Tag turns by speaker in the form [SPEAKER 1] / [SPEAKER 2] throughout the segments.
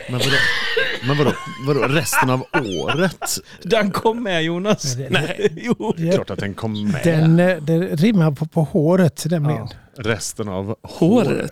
[SPEAKER 1] Men vadå resten av året?
[SPEAKER 2] Den kom med, Jonas.
[SPEAKER 3] Nej,
[SPEAKER 2] jo.
[SPEAKER 1] Klart att den kom med.
[SPEAKER 4] Det rimmar på håret nämligen.
[SPEAKER 1] Ja, resten av
[SPEAKER 3] Håret.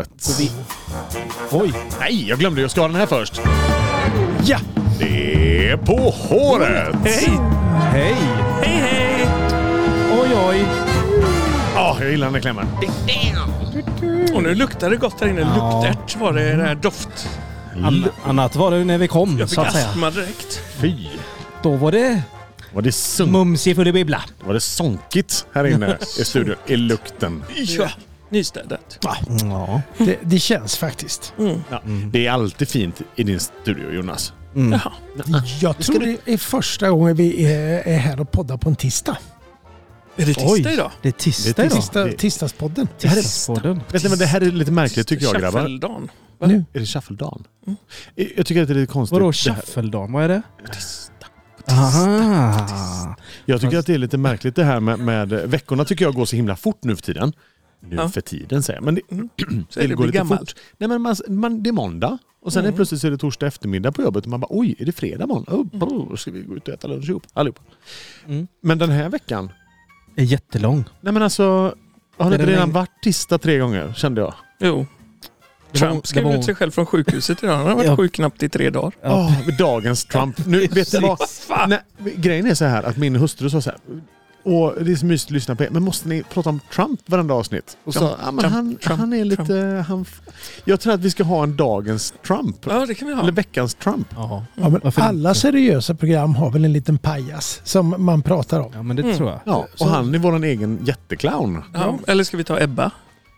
[SPEAKER 1] Oj, nej, jag glömde ju att ska ha den här först.
[SPEAKER 4] Ja!
[SPEAKER 1] Det är på håret!
[SPEAKER 3] Hej!
[SPEAKER 2] Hej.
[SPEAKER 3] Hej, hej!
[SPEAKER 2] Oj.
[SPEAKER 1] Ja, jag gillar den här klämmen.
[SPEAKER 3] Och nu luktar det gott här inne. Luktärt var det här doft.
[SPEAKER 2] Annat var det när vi kom,
[SPEAKER 3] Jag fick
[SPEAKER 2] så att säga.
[SPEAKER 3] astma direkt.
[SPEAKER 1] Fy.
[SPEAKER 2] Då var det
[SPEAKER 1] Var det
[SPEAKER 2] mums i full bibbla.
[SPEAKER 1] Var det sonkigt här inne i studion i lukten?
[SPEAKER 3] Ja, nystädat.
[SPEAKER 2] Ja.
[SPEAKER 4] Det känns faktiskt.
[SPEAKER 1] Ja, det är alltid fint i din studio, Jonas.
[SPEAKER 3] Jaha.
[SPEAKER 4] Jag tror det är första gången vi är här och poddar på en tisdag.
[SPEAKER 3] Är det tisdag idag?
[SPEAKER 2] Det är tisdag idag.
[SPEAKER 4] Tisdagspodden.
[SPEAKER 2] Tisdagspodden.
[SPEAKER 1] Vet ni, men det här är lite märkligt tycker jag, grabbar.
[SPEAKER 3] Shuffle-dagen.
[SPEAKER 4] Nu.
[SPEAKER 1] Är det shuffle-dagen? Jag tycker att det är lite konstigt.
[SPEAKER 2] Vadå
[SPEAKER 1] det här.
[SPEAKER 2] shuffle-dagen? Vad är det? Aha.
[SPEAKER 1] Jag tycker att det är lite märkligt det här med veckorna tycker jag går så himla fort nu för tiden. Nu för tiden säger jag. Men
[SPEAKER 3] Så är det
[SPEAKER 1] går lite
[SPEAKER 3] gammal.
[SPEAKER 1] fort. Nej, men det är måndag. Och sen är plötsligt så är det torsdag eftermiddag på jobbet. Och man bara, oj, är det fredag måndag? Ska vi gå ut och äta lunch ihop? Allihopa. Men den här veckan.
[SPEAKER 2] Är jättelång.
[SPEAKER 1] Nej men alltså, har det
[SPEAKER 2] Är det
[SPEAKER 1] redan
[SPEAKER 2] läng-
[SPEAKER 1] varit tisdag 3 gånger, kände jag.
[SPEAKER 3] Jo. Trump skrev ut sig själv från sjukhuset idag. Han har varit sjuk knappt i 3 dagar.
[SPEAKER 1] Dagens Trump. Nu vet du vad? Nej, grejen är så här att min hustru sa så här. Och det är så mysigt att lyssna på er. Men måste ni prata om Trump varenda avsnitt? Och så, han är lite... Jag tror att vi ska ha en dagens Trump.
[SPEAKER 3] Ja, det kan vi ha.
[SPEAKER 1] Eller veckans Trump.
[SPEAKER 2] Ja.
[SPEAKER 4] Ja, men alla seriösa program har väl en liten pajas som man pratar om.
[SPEAKER 2] Ja, men det tror jag.
[SPEAKER 1] Ja, och han är våran egen jätteclown.
[SPEAKER 3] Ja, eller ska vi ta Ebba?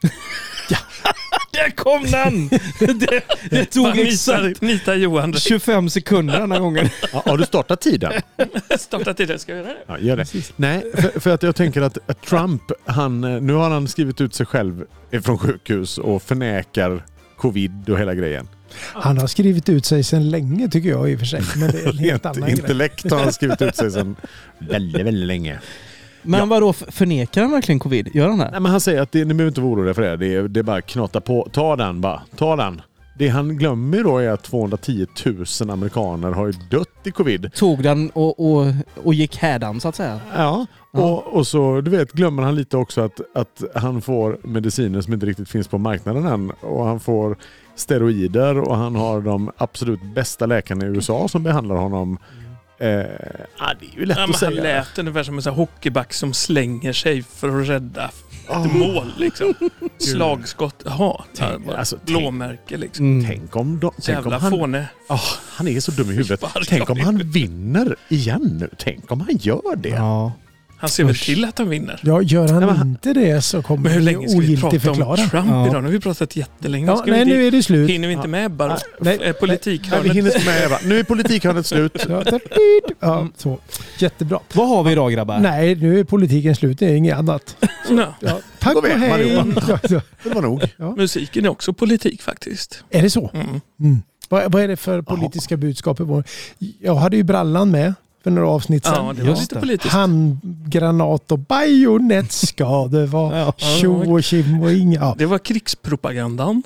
[SPEAKER 2] Där kom den! det tog exakt
[SPEAKER 3] Nita Johan.
[SPEAKER 2] 25 sekunder den här gången.
[SPEAKER 1] Ja, har du startat tiden?
[SPEAKER 3] Starta tiden, ska jag göra det?
[SPEAKER 1] Ja, gör det. Nej, för att jag tänker att Trump, nu har han skrivit ut sig själv från sjukhus och förnekar covid och hela grejen.
[SPEAKER 4] Han har skrivit ut sig sedan länge tycker jag i och för sig. Men det är en helt annan grej.
[SPEAKER 1] Intellekt har han skrivit ut sig sedan väldigt, väldigt länge.
[SPEAKER 2] Men vadå, förnekar han verkligen covid? Gör han det?
[SPEAKER 1] Nej, men han säger att ni behöver inte vara oroliga för det. Det är bara knata på. Ta den. Det han glömmer då är att 210 000 amerikaner har ju dött i covid.
[SPEAKER 2] Tog den och gick härdan så att säga.
[SPEAKER 1] Ja. Och så du vet glömmer han lite också att han får mediciner som inte riktigt finns på marknaden än. Och han får steroider och han har de absolut bästa läkarna i USA som behandlar honom. Det är ju lätt att säga.
[SPEAKER 3] Han lät ungefär som en sån här hockeyback som slänger sig för att rädda ett mål liksom. Slagskott. Jaha, alltså, blåmärke liksom.
[SPEAKER 1] Tänk om
[SPEAKER 3] Jävla fåne.
[SPEAKER 1] Han är så dum i huvudet. Tänk om han vinner igen nu. Tänk om han gör det.
[SPEAKER 2] Ja.
[SPEAKER 3] Han ser väl till att han vinner.
[SPEAKER 4] Ja, gör han inte det så kommer
[SPEAKER 3] men hur länge ska vi prata
[SPEAKER 4] förklara.
[SPEAKER 3] om Trump idag? Nu har vi pratat jättelänge.
[SPEAKER 4] Ja, nu är det slut.
[SPEAKER 3] Hinner vi inte med bara
[SPEAKER 1] politikhörnet? Vi hinner inte med. Nu är politikhörnet slut.
[SPEAKER 4] Ja, så. Jättebra.
[SPEAKER 2] Vad har vi idag, grabbar?
[SPEAKER 4] Nej, nu är politiken slut. Det är inget annat. Ja, tack och hej.
[SPEAKER 1] Det var nog.
[SPEAKER 4] Ja.
[SPEAKER 3] Musiken är också politik faktiskt.
[SPEAKER 4] Är det så? Vad är det för politiska budskap? Jag hade ju Brallan med för några avsnitt sedan.
[SPEAKER 3] Ja, det var lite politiskt.
[SPEAKER 4] Handgranat och bajonett ska det vara. Tjo och kim och inga. Ja.
[SPEAKER 3] Det var krigspropagandan.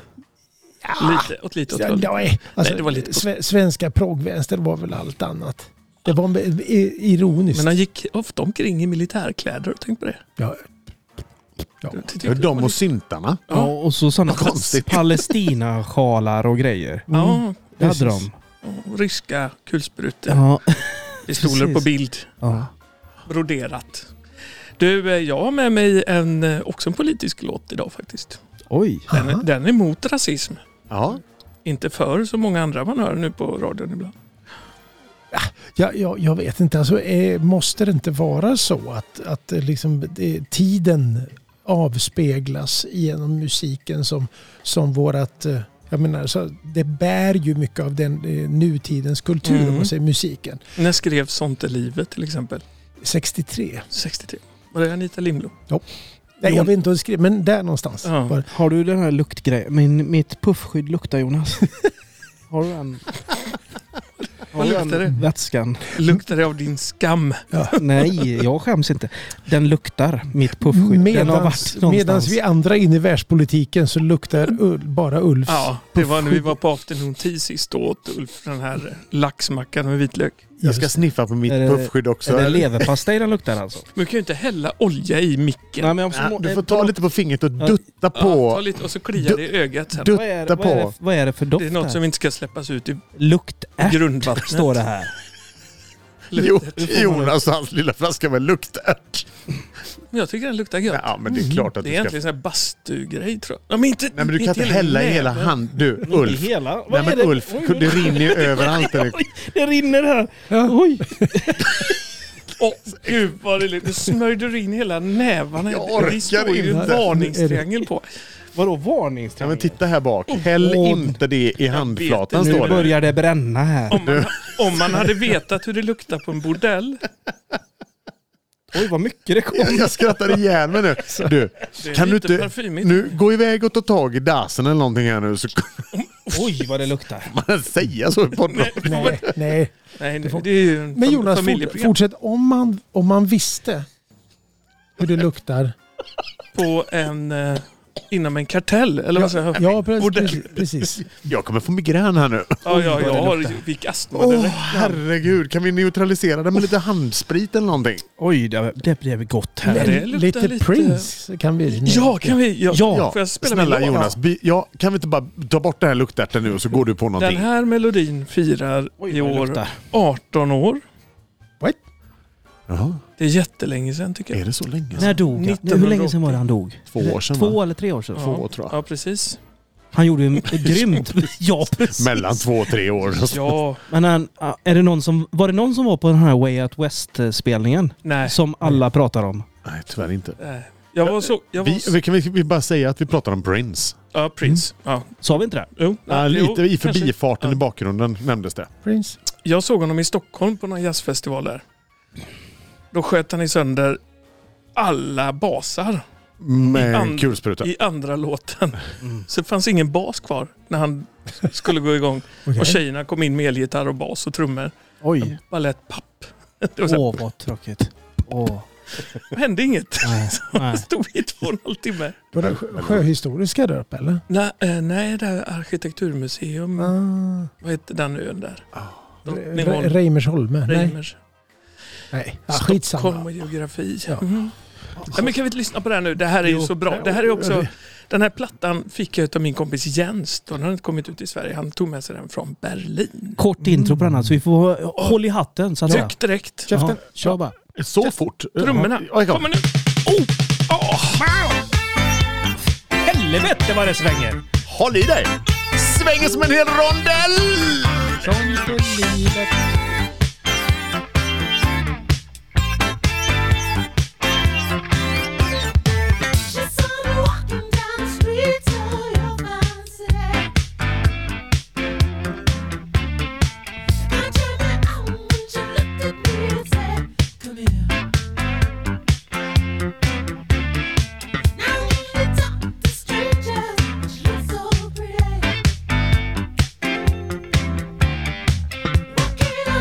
[SPEAKER 3] Lite åt håll.
[SPEAKER 4] Nej, alltså,
[SPEAKER 3] det var lite
[SPEAKER 4] svenska proggvänster var väl allt annat. Det var ironiskt.
[SPEAKER 3] Men han gick ofta omkring i militärkläder, tänk på det.
[SPEAKER 4] Ja.
[SPEAKER 1] De och syntarna.
[SPEAKER 2] Ja, och så sådana
[SPEAKER 1] konstigt.
[SPEAKER 2] Palestina-sjalar och grejer.
[SPEAKER 3] Ja,
[SPEAKER 2] det hade de.
[SPEAKER 3] Ryska kulsprutor.
[SPEAKER 2] Ja.
[SPEAKER 3] Pistoler på bild.
[SPEAKER 2] Ja.
[SPEAKER 3] Broderat. Du, jag har med mig också en politisk låt idag faktiskt.
[SPEAKER 2] Oj.
[SPEAKER 3] Den är mot rasism.
[SPEAKER 1] Ja.
[SPEAKER 3] Inte för så många andra man hör nu på radion ibland.
[SPEAKER 4] Jag vet inte. Alltså, måste det inte vara så att liksom, tiden avspeglas genom musiken som vårat... Jag menar, så det bär ju mycket av den nutidens kultur, om man säger musiken.
[SPEAKER 3] När skrev Sånt är livet till exempel?
[SPEAKER 4] 63.
[SPEAKER 3] Var det Anita Lindblom?
[SPEAKER 4] Ja. Nej, jag vet inte vad det skrev, men där någonstans.
[SPEAKER 2] Ja. Har du den här luktgrejen? Mitt puffskydd luktar, Jonas. Har du den?
[SPEAKER 3] Vad luktar det?
[SPEAKER 2] Vätskan.
[SPEAKER 3] Luktar det av din skam?
[SPEAKER 4] Ja.
[SPEAKER 2] Nej, jag skäms inte. Den luktar, mitt puffskydd. Den har varit
[SPEAKER 4] Medans
[SPEAKER 2] någonstans.
[SPEAKER 4] vi andra in i världspolitiken så luktar bara Ulfs.
[SPEAKER 3] Ja, det var när vi var på afternoon tea sist och åt Ulf den här laxmackan med vitlök.
[SPEAKER 1] Jag ska sniffa på mitt puffskydd också.
[SPEAKER 2] Är det leverpastej den luktar alltså?
[SPEAKER 3] Men du kan ju inte hälla olja i micken.
[SPEAKER 2] Nej, men
[SPEAKER 1] Du får ta lite på fingret och dutta på.
[SPEAKER 3] Ta lite och så kliar det i ögat sen.
[SPEAKER 2] Vad är det för doft?
[SPEAKER 3] Det är något
[SPEAKER 2] här?
[SPEAKER 3] som inte ska släppas ut i
[SPEAKER 2] Luktärt
[SPEAKER 3] grundvattnet.
[SPEAKER 2] står det här.
[SPEAKER 1] Jonas och hans lilla flaska med luktärt.
[SPEAKER 3] Men jag tycker den luktar gott.
[SPEAKER 1] Ja, men det är klart att
[SPEAKER 3] Det är
[SPEAKER 1] du
[SPEAKER 3] egentligen
[SPEAKER 1] ska...
[SPEAKER 3] en sån här bastugrej tror jag. Ja, men inte,
[SPEAKER 1] Nej, men du kan inte hälla i hela hand. Du, Ulf.
[SPEAKER 2] Hela?
[SPEAKER 1] Nej,
[SPEAKER 2] Vad är
[SPEAKER 1] men
[SPEAKER 2] det?
[SPEAKER 1] Ulf, det rinner ju överallt.
[SPEAKER 2] Oj, det rinner här. Oj.
[SPEAKER 3] Åh, gud vad det är. Du smörjde in hela nävarna.
[SPEAKER 1] Jag orkar
[SPEAKER 3] Det står ju en
[SPEAKER 1] inte.
[SPEAKER 3] varningstriangel på.
[SPEAKER 2] Vadå
[SPEAKER 1] Ja,
[SPEAKER 2] varningstriangel?
[SPEAKER 1] men titta här bak. Häll inte det i handflatan,
[SPEAKER 2] Nu
[SPEAKER 1] står det.
[SPEAKER 2] börjar det bränna här.
[SPEAKER 3] Om man hade vetat hur det luktar på en bordell.
[SPEAKER 2] Oj, vad mycket det kom.
[SPEAKER 1] Jag skrattar ihjäl mig nu. Du,
[SPEAKER 3] Det är
[SPEAKER 1] kan du
[SPEAKER 3] lite
[SPEAKER 1] inte...
[SPEAKER 3] parfymigt.
[SPEAKER 1] Nu, gå iväg och ta tag i dassen eller någonting här nu så
[SPEAKER 2] Oj, vad det luktar.
[SPEAKER 1] kan man säga så på något.
[SPEAKER 4] Nej.
[SPEAKER 3] Nej, det är ju en
[SPEAKER 4] Men Jonas,
[SPEAKER 3] familjeprogram.
[SPEAKER 4] fortsätt. Om man visste hur det luktar.
[SPEAKER 3] På en... inom en kartell, eller vad säger jag?
[SPEAKER 4] Ja,
[SPEAKER 3] Bordell.
[SPEAKER 4] precis.
[SPEAKER 1] Jag kommer få migrän här nu.
[SPEAKER 3] Ja, jag
[SPEAKER 2] det
[SPEAKER 3] har
[SPEAKER 2] luktar.
[SPEAKER 3] fick astma
[SPEAKER 1] Åh,
[SPEAKER 3] direkt.
[SPEAKER 1] herregud. Kan vi neutralisera det med lite handsprit eller någonting?
[SPEAKER 2] Oj, det blev gott här.
[SPEAKER 3] det luktar
[SPEAKER 4] Lite
[SPEAKER 3] lite-
[SPEAKER 4] Prince kan vi.
[SPEAKER 3] Ja, kan vi?
[SPEAKER 1] Ja,
[SPEAKER 3] får jag spela
[SPEAKER 1] snälla
[SPEAKER 3] min låt?
[SPEAKER 1] Jonas. Kan vi inte bara ta bort det här luktärten nu och så går du på
[SPEAKER 3] Den
[SPEAKER 1] någonting?
[SPEAKER 3] här melodin firar
[SPEAKER 2] Oj,
[SPEAKER 3] i
[SPEAKER 2] vad det
[SPEAKER 3] år
[SPEAKER 2] luktar.
[SPEAKER 3] 18 år.
[SPEAKER 1] Jaha,
[SPEAKER 3] Det är jättelänge sedan tycker jag.
[SPEAKER 1] är det så länge
[SPEAKER 2] När
[SPEAKER 1] sedan?
[SPEAKER 2] dog han?
[SPEAKER 3] 1980.
[SPEAKER 2] Hur länge sedan var det han dog?
[SPEAKER 1] 2 år sedan,
[SPEAKER 2] 2
[SPEAKER 1] va?
[SPEAKER 2] eller 3 år sedan?
[SPEAKER 1] 2 år tror jag.
[SPEAKER 3] Ja, precis.
[SPEAKER 2] Han gjorde ju grymt. Ja, precis.
[SPEAKER 1] Mellan 2 och 3 år.
[SPEAKER 3] Ja,
[SPEAKER 2] Men är det var det någon som var på den här Way Out West-spelningen?
[SPEAKER 3] nej.
[SPEAKER 2] Som alla pratar om?
[SPEAKER 1] Nej, tyvärr inte.
[SPEAKER 3] Jag var så...
[SPEAKER 1] Kan vi bara säga att vi pratar om Prince?
[SPEAKER 3] Ja, Prince. Ja.
[SPEAKER 2] Sa vi inte det?
[SPEAKER 3] Jo,
[SPEAKER 1] Ja,
[SPEAKER 3] jo,
[SPEAKER 1] lite i
[SPEAKER 3] kanske.
[SPEAKER 1] förbifarten
[SPEAKER 3] Ja.
[SPEAKER 1] i bakgrunden nämndes det.
[SPEAKER 4] Prince.
[SPEAKER 3] Jag såg honom i Stockholm på någon jazzfestival där. Då sköt han i sönder alla basar
[SPEAKER 1] Med kulspruta.
[SPEAKER 3] i andra låten. Så det fanns ingen bas kvar när han skulle gå igång.
[SPEAKER 4] Okej.
[SPEAKER 3] Och tjejerna kom in med elgitarr och bas och trummor.
[SPEAKER 2] Oj.
[SPEAKER 3] Bara lät papp. Det var så här,
[SPEAKER 2] Vad tråkigt.
[SPEAKER 3] det hände inget.
[SPEAKER 2] Nej. Nej.
[SPEAKER 3] Stod i 2,5 timme.
[SPEAKER 4] Var det sjöhistoriska där uppe eller?
[SPEAKER 3] Nej, det är arkitekturmuseum. Vad heter den ön där?
[SPEAKER 4] Reimersholme? Nej.
[SPEAKER 3] Reimers.
[SPEAKER 4] Nej. Ja,
[SPEAKER 3] Stockholm
[SPEAKER 4] skitsamma.
[SPEAKER 3] och geografi.
[SPEAKER 4] Ja.
[SPEAKER 3] Mhm. Ja, men kan vi inte lyssna på det här nu? Det här är ju så bra. Det här är också... Den här plattan fick jag av min kompis Jens. Den har inte kommit ut i Sverige. Han tog med sig den från Berlin.
[SPEAKER 2] Kort intro på den här så vi får håll i hatten så att säga.
[SPEAKER 3] Tryck direkt.
[SPEAKER 2] Jaha, kör bara.
[SPEAKER 1] Så fort?
[SPEAKER 3] Trummorna.
[SPEAKER 1] Ja, ja.
[SPEAKER 3] Kommer nu.
[SPEAKER 2] Helvete vad det svänger!
[SPEAKER 1] Håll i dig! Svänger som en hel rondell!
[SPEAKER 4] Som för livet.
[SPEAKER 5] Walking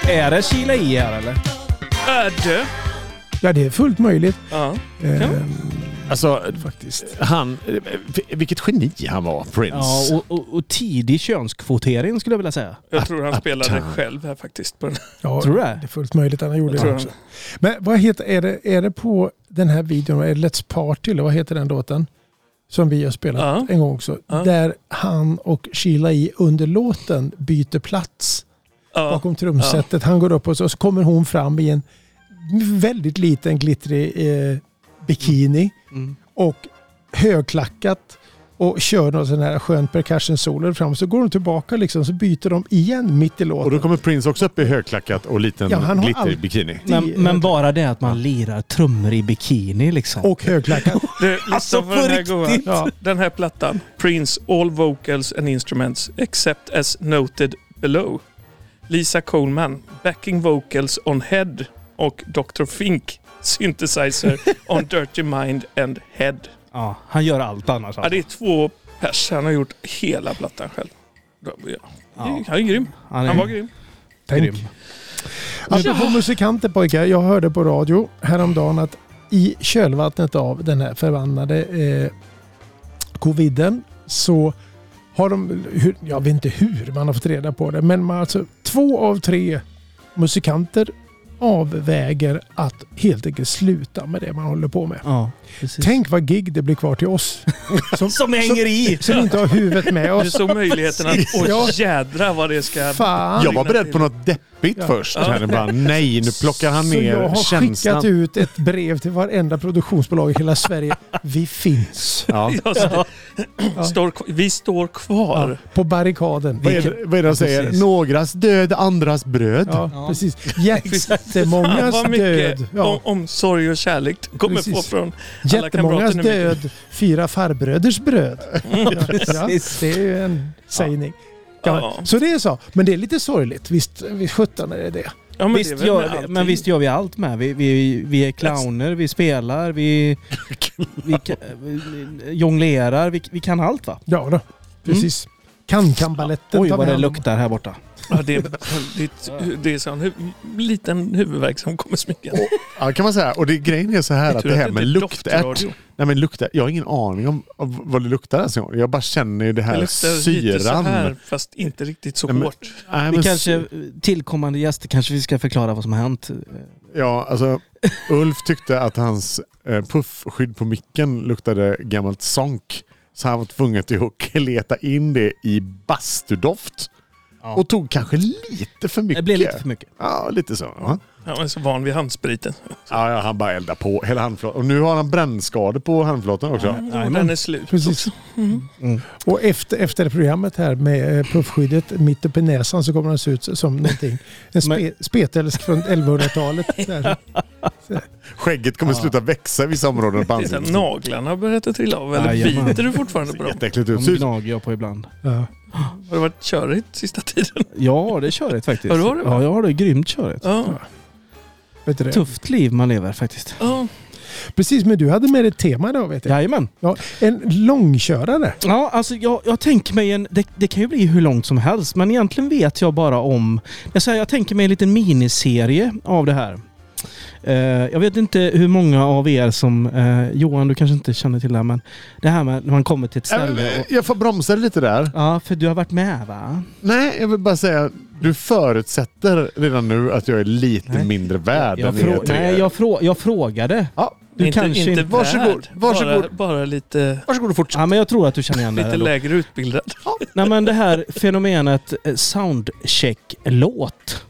[SPEAKER 2] Är det Sheila E här eller?
[SPEAKER 3] Öde.
[SPEAKER 4] Ja, det är fullt möjligt.
[SPEAKER 3] Ja.
[SPEAKER 1] Alltså,
[SPEAKER 4] Faktiskt.
[SPEAKER 1] vilket geni han var, Prince.
[SPEAKER 2] Ja, och tidig könskvotering skulle jag vilja säga.
[SPEAKER 3] Jag tror han spelade själv här faktiskt. På den.
[SPEAKER 4] Ja,
[SPEAKER 2] Tror du
[SPEAKER 4] det
[SPEAKER 2] det?
[SPEAKER 4] är fullt möjligt att han gjorde
[SPEAKER 3] tror
[SPEAKER 4] det också. Men vad heter, är det på den här videon, är det Let's Party eller vad heter den låten? Som vi har spelat en gång också.
[SPEAKER 3] Ja.
[SPEAKER 4] Där han och Sheila E under låten byter plats bakom trumsetet. Han går upp och så kommer hon fram i en väldigt liten glittrig bikini och högklackat och kör någon sån här skön percussion-solo fram. Så går de tillbaka liksom, så byter de igen mitt i låten.
[SPEAKER 1] Och då kommer Prince också upp i högklackat och liten glitter bikini.
[SPEAKER 2] Men bara det att man lirar trummor i bikini liksom.
[SPEAKER 4] Och högklackat.
[SPEAKER 3] Alltså på den här goa.
[SPEAKER 4] Ja.
[SPEAKER 3] Den här plattan. Prince, all vocals and instruments except as noted below. Lisa Coleman, backing vocals on Head och Dr. Fink, synthesizer on Dirty Mind and Head.
[SPEAKER 2] Ja, han gör allt annars.
[SPEAKER 3] Ja, det är 2 pers. Han har gjort hela plattan själv. Han är grym. Han var grym.
[SPEAKER 2] Grym.
[SPEAKER 4] Apropå musikanter pojkar, jag hörde på radio häromdagen att i kölvattnet av den här förbannade coviden så har de, jag vet inte hur man har fått reda på det, men man alltså 2 av 3 musikanter avväger att helt enkelt sluta med det man håller på med.
[SPEAKER 2] Ja, precis.
[SPEAKER 4] Tänk vad gig det blir kvar till oss.
[SPEAKER 2] Som hänger i!
[SPEAKER 4] Som inte har huvudet med
[SPEAKER 3] Du
[SPEAKER 4] oss.
[SPEAKER 3] såg möjligheten att jädra vad det ska...
[SPEAKER 4] Fan.
[SPEAKER 1] Jag var beredd på något deppigt först. Ja. Bara, nej, nu plockar han
[SPEAKER 4] Så
[SPEAKER 1] ner
[SPEAKER 4] jag har
[SPEAKER 1] känslan.
[SPEAKER 4] skickat ut ett brev till varenda produktionsbolag i hela Sverige. Vi finns.
[SPEAKER 1] Ja.
[SPEAKER 3] Vi står kvar.
[SPEAKER 4] Ja, på barrikaden.
[SPEAKER 1] Vad är det de säger?
[SPEAKER 2] Precis.
[SPEAKER 1] Någras död, andras bröd.
[SPEAKER 4] Ja, precis. Jättemångas
[SPEAKER 3] Vad mycket
[SPEAKER 4] död. Ja.
[SPEAKER 3] omsorg och kärlek du kommer
[SPEAKER 4] Precis.
[SPEAKER 3] få från alla
[SPEAKER 4] Jättemångas
[SPEAKER 3] kamrater nu.
[SPEAKER 4] död, 4 farbröders bröd. Ja,
[SPEAKER 2] Precis.
[SPEAKER 4] det är ju en sägning.
[SPEAKER 3] Ja.
[SPEAKER 4] Så det är så. Men det är lite sorgligt. Visst sjutton är det.
[SPEAKER 3] Ja, men
[SPEAKER 2] Visst
[SPEAKER 3] det är väl med
[SPEAKER 2] gör,
[SPEAKER 3] allting.
[SPEAKER 2] men visst gör vi allt med. Vi är clowner, vi spelar, vi jonglerar, vi kan allt va?
[SPEAKER 4] Ja då, precis. Kan-baletten.
[SPEAKER 2] Oj
[SPEAKER 4] tar vi
[SPEAKER 2] vad det
[SPEAKER 4] hand om.
[SPEAKER 2] luktar här borta.
[SPEAKER 3] Ja, det är sån liten huvudvärk som kommer smygande.
[SPEAKER 1] Ja, kan man säga. Och grejen är så här
[SPEAKER 3] Jag
[SPEAKER 1] att
[SPEAKER 3] tror
[SPEAKER 1] det
[SPEAKER 3] att
[SPEAKER 1] här
[SPEAKER 3] det
[SPEAKER 1] med
[SPEAKER 3] inte är
[SPEAKER 1] luktärt.
[SPEAKER 3] doftradio.
[SPEAKER 1] Nej, men luktärt. Jag har ingen aning om vad det luktar ens en gång. Jag bara känner ju det
[SPEAKER 3] Det
[SPEAKER 1] här
[SPEAKER 3] luktar lite så
[SPEAKER 1] syran.
[SPEAKER 3] här, fast inte riktigt så
[SPEAKER 1] Nej, men-
[SPEAKER 3] hårt.
[SPEAKER 1] Nej,
[SPEAKER 2] Vi
[SPEAKER 1] men
[SPEAKER 2] kanske, tillkommande gäster kanske vi ska förklara vad som har hänt.
[SPEAKER 1] Ja, alltså Ulf tyckte att hans puffskydd på micken luktade gammalt sonk. Så han var tvungen att leta in det i bastudoft.
[SPEAKER 2] Ja.
[SPEAKER 1] Och tog kanske lite för mycket.
[SPEAKER 2] Det blev lite för mycket.
[SPEAKER 1] Ja, lite så. Ja.
[SPEAKER 3] Han är så van vid handspriten.
[SPEAKER 1] Ja, han bara eldar på hela handflatan. Och nu har han brännskador på handflatan också.
[SPEAKER 3] Ja, den är slut.
[SPEAKER 4] Precis. Och efter programmet här med puffskyddet mitt upp i näsan så kommer den se ut som någonting. En spetälsk från 1100-talet. Där.
[SPEAKER 1] Skägget kommer sluta växa i vissa områden på
[SPEAKER 3] Det är så här,
[SPEAKER 1] ansiktet.
[SPEAKER 3] naglarna har börjat att trilla av. Eller
[SPEAKER 2] Jajamän.
[SPEAKER 3] biter du fortfarande på dem?
[SPEAKER 1] Jätteäckligt ut.
[SPEAKER 2] De gnager jag på ibland.
[SPEAKER 4] Ja.
[SPEAKER 3] Har det varit körigt sista tiden?
[SPEAKER 2] Ja, det är körigt faktiskt.
[SPEAKER 3] Ja, du har det, va?
[SPEAKER 2] Ja, jag har det grymt körigt.
[SPEAKER 3] Ja.
[SPEAKER 4] Vet du det?
[SPEAKER 2] Tufft liv man lever faktiskt.
[SPEAKER 3] Ja.
[SPEAKER 4] Precis, men du hade med ett tema då vet jag.
[SPEAKER 2] Jajamän.
[SPEAKER 4] Ja, en långkörare.
[SPEAKER 2] Ja, alltså jag tänker mig det kan ju bli hur långt som helst, men egentligen vet jag bara om... Jag tänker mig en liten miniserie av det här. Jag vet inte hur många av er som... Johan, du kanske inte känner till det här, men det här med när man kommer till ett ställe... Och,
[SPEAKER 1] Jag får bromsa lite där.
[SPEAKER 2] ja, för du har varit med va?
[SPEAKER 1] Nej, jag vill bara säga, du förutsätter redan nu att jag är lite mindre värd än er tre.
[SPEAKER 2] Jag frågade.
[SPEAKER 1] Ja,
[SPEAKER 2] Du kanske inte...
[SPEAKER 1] Varsågod. Varsågod.
[SPEAKER 3] Bara lite
[SPEAKER 1] Varsågod och fortsätt.
[SPEAKER 2] Ja, men jag tror att du känner igen det.
[SPEAKER 3] lite
[SPEAKER 2] här.
[SPEAKER 3] lägre utbildad.
[SPEAKER 2] Nej, men det här fenomenet soundcheck-låt.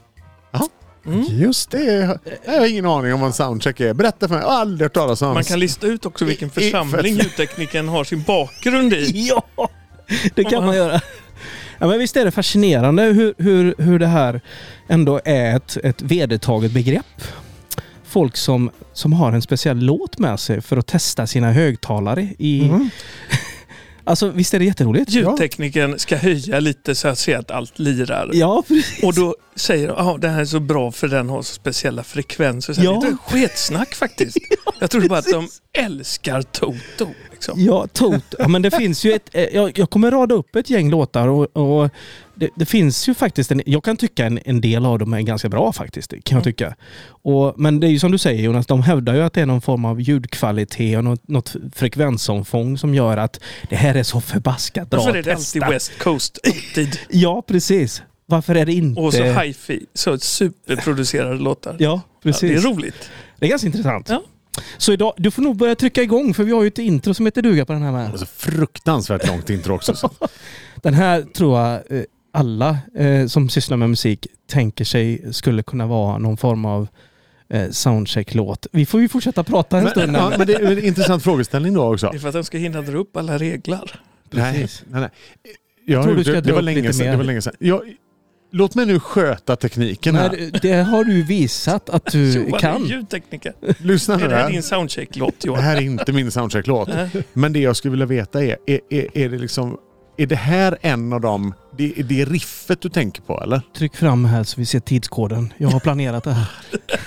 [SPEAKER 4] Just det.
[SPEAKER 1] Jag har ingen aning om vad en soundcheck är. Berätta för mig. Jag har aldrig hört talas om.
[SPEAKER 3] Man kan lista ut också vilken församling ljudtekniken har sin bakgrund i.
[SPEAKER 2] Ja, det kan man göra. Ja, men visst är det fascinerande hur det här ändå är ett vedertaget begrepp. Folk som har en speciell låt med sig för att testa sina högtalare i... Alltså visst är det jätteroligt?
[SPEAKER 3] Ljudtekniken ska höja lite så att se att allt lirar.
[SPEAKER 2] Ja, precis.
[SPEAKER 3] Och då säger de att det här är så bra för den har så speciella frekvenser. Så
[SPEAKER 2] Ja.
[SPEAKER 3] det är sketsnack faktiskt. Jag tror bara att de älskar Toto. Liksom. liksom.
[SPEAKER 2] Ja, ja, men det finns ju jag kommer rada upp ett gäng låtar och det finns ju faktiskt jag kan tycka en del av dem är ganska bra faktiskt, kan jag tycka. Men det är ju som du säger, Jonas, de hävdar ju att det är någon form av ljudkvalitet och något frekvensomfång som gör att det här är så förbaskat bra.
[SPEAKER 3] Varför är det alltid West Coast alltid?
[SPEAKER 2] Ja, precis. Varför är det inte...
[SPEAKER 3] Och så hi-fi, så superproducerade låtar.
[SPEAKER 2] Ja, precis.
[SPEAKER 3] Ja, det är roligt.
[SPEAKER 2] Det är ganska intressant.
[SPEAKER 3] Ja.
[SPEAKER 2] Så idag, du får nog börja trycka igång, för vi har ju ett intro som heter duga på den här med.
[SPEAKER 1] Det är så fruktansvärt långt intro också. Så.
[SPEAKER 2] Den här tror jag alla som sysslar med musik tänker sig skulle kunna vara någon form av soundcheck-låt. Vi får ju fortsätta prata en stund.
[SPEAKER 1] Ja, men det är en intressant frågeställning då också.
[SPEAKER 3] Det är för att de ska hinna dra upp alla regler.
[SPEAKER 2] Precis.
[SPEAKER 1] Nej. Det var länge sedan. Låt mig nu sköta tekniken här.
[SPEAKER 2] Nej, det har du visat att du
[SPEAKER 3] Johan
[SPEAKER 2] kan.
[SPEAKER 3] är ljudtekniker.
[SPEAKER 1] Lyssna nu.
[SPEAKER 3] Är det här din soundcheck-låt, Johan?
[SPEAKER 1] Det här är inte min soundcheck-låt. Men det jag skulle vilja veta är det liksom... Är det här en av dem... Det är riffet du tänker på, eller?
[SPEAKER 2] Tryck fram här så vi ser tidskoden. Jag har planerat det här.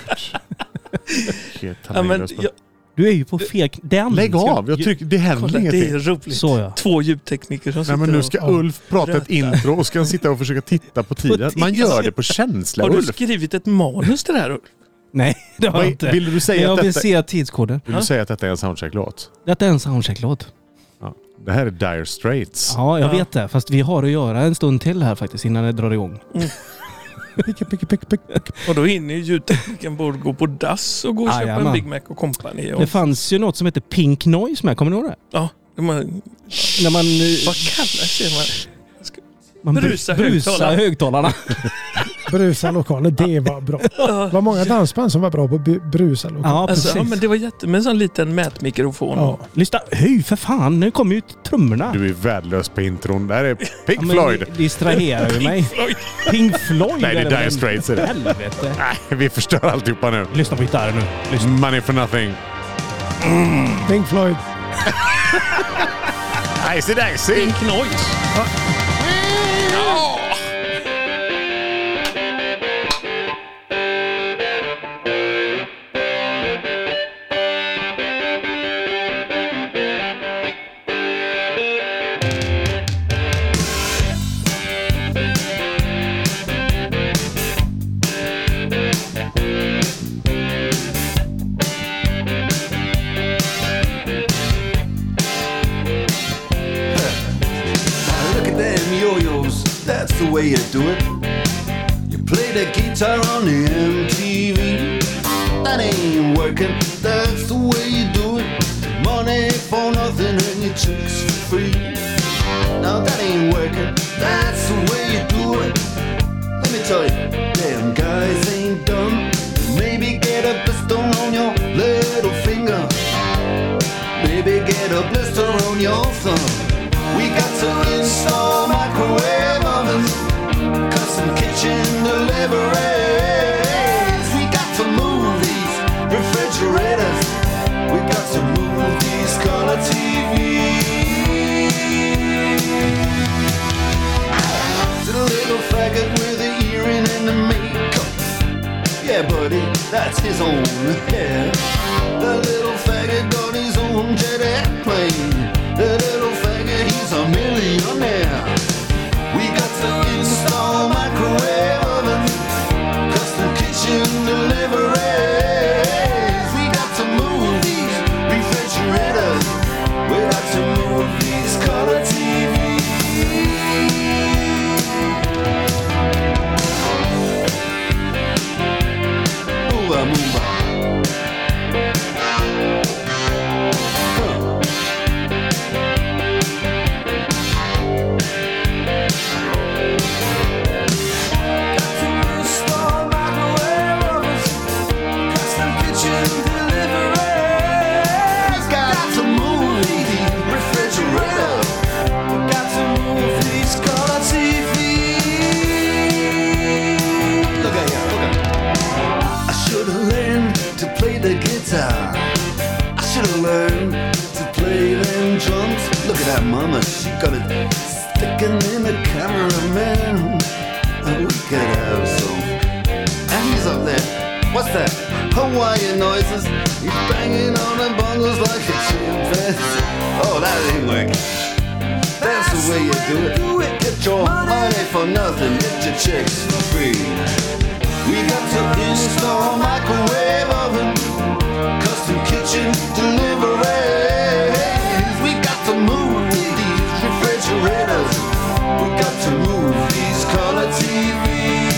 [SPEAKER 2] Du är ju på fel...
[SPEAKER 1] Lägg av, det händer ingenting.
[SPEAKER 3] Det är roligt.
[SPEAKER 2] Så, ja.
[SPEAKER 3] 2 ljudtekniker som sitter.
[SPEAKER 1] Nej, men nu ska Ulf prata ett intro och ska sitta och försöka titta på tiden. Man gör det på känsla,
[SPEAKER 3] Har du
[SPEAKER 1] Ulf.
[SPEAKER 3] skrivit ett manus till det här, Ulf?
[SPEAKER 2] Nej, det har jag inte.
[SPEAKER 1] Vill du säga
[SPEAKER 2] jag
[SPEAKER 1] att
[SPEAKER 2] vill se tidskoden.
[SPEAKER 1] Vill du säga att detta är en soundcheck-låt?
[SPEAKER 2] Detta är en soundcheck-låt.
[SPEAKER 1] Ja. Det här är Dire Straits.
[SPEAKER 2] Ja, jag vet det. Fast vi har att göra en stund till här faktiskt innan det drar igång.
[SPEAKER 3] Och då hinner ju ljudtekniken borde gå på dass och gå och köpa en Big Mac och Company.
[SPEAKER 2] Det fanns ju något som heter Pink Noise med. Kommer ni ihåg det?
[SPEAKER 3] Ja.
[SPEAKER 2] När man...
[SPEAKER 3] Vad kallas det? Man
[SPEAKER 2] brusa högtalarna.
[SPEAKER 4] Brusa lokaler, det var bra. Det var många dansband som var bra på brusa lokaler.
[SPEAKER 2] Ja, precis.
[SPEAKER 3] Alltså, men det var med en sån liten mätmikrofon.
[SPEAKER 4] Ja.
[SPEAKER 2] Lyssna, höj för fan, nu kommer ju trummorna.
[SPEAKER 1] Du är värdelös på intron. Det här är Pink Floyd.
[SPEAKER 2] Det distraherar ju mig. Pink Floyd.
[SPEAKER 1] Nej, det är Dire Straits.
[SPEAKER 2] Helvete.
[SPEAKER 1] Nej, vi förstör alltihopa nu.
[SPEAKER 2] Lyssna på gitarren nu. Lyssna.
[SPEAKER 1] Money for nothing.
[SPEAKER 4] Pink Floyd.
[SPEAKER 1] Icy Dicey.
[SPEAKER 3] Pink Noise.
[SPEAKER 5] That's the way you do it. You play the guitar on the MTV. That ain't working. That's the way you do it. Money for nothing and your chicks for free. Now that ain't working. That's the way you do it. Let me tell you, damn guys ain't dumb. Maybe get a blister on your little finger. Maybe get a blister on your thumb. We got to install microwave ovens, custom kitchen deliveries. We got to move these refrigerators. We got to move these color TVs. To the little faggot with the earring and the makeup. Yeah, buddy, that's his own hair. The little faggot got his own jet airplane. The little faggot, he's a millionaire. We got to install microwave ovens, custom kitchen deliveries. We got to move these refrigerators. We got to move these color TVs. Move, move. I should have learned to play them drums. Look at that mama, she got it sticking in the cameraman. We could have some. And he's up there. What's that? Hawaiian noises. He's banging on the bongos like a chimp. defense. Oh, that ain't working. That's the way you do it. Get your money for nothing, get your checks for free. We got to install microwave oven, custom kitchen deliveries. We got to move these refrigerators. We got to move these color TVs.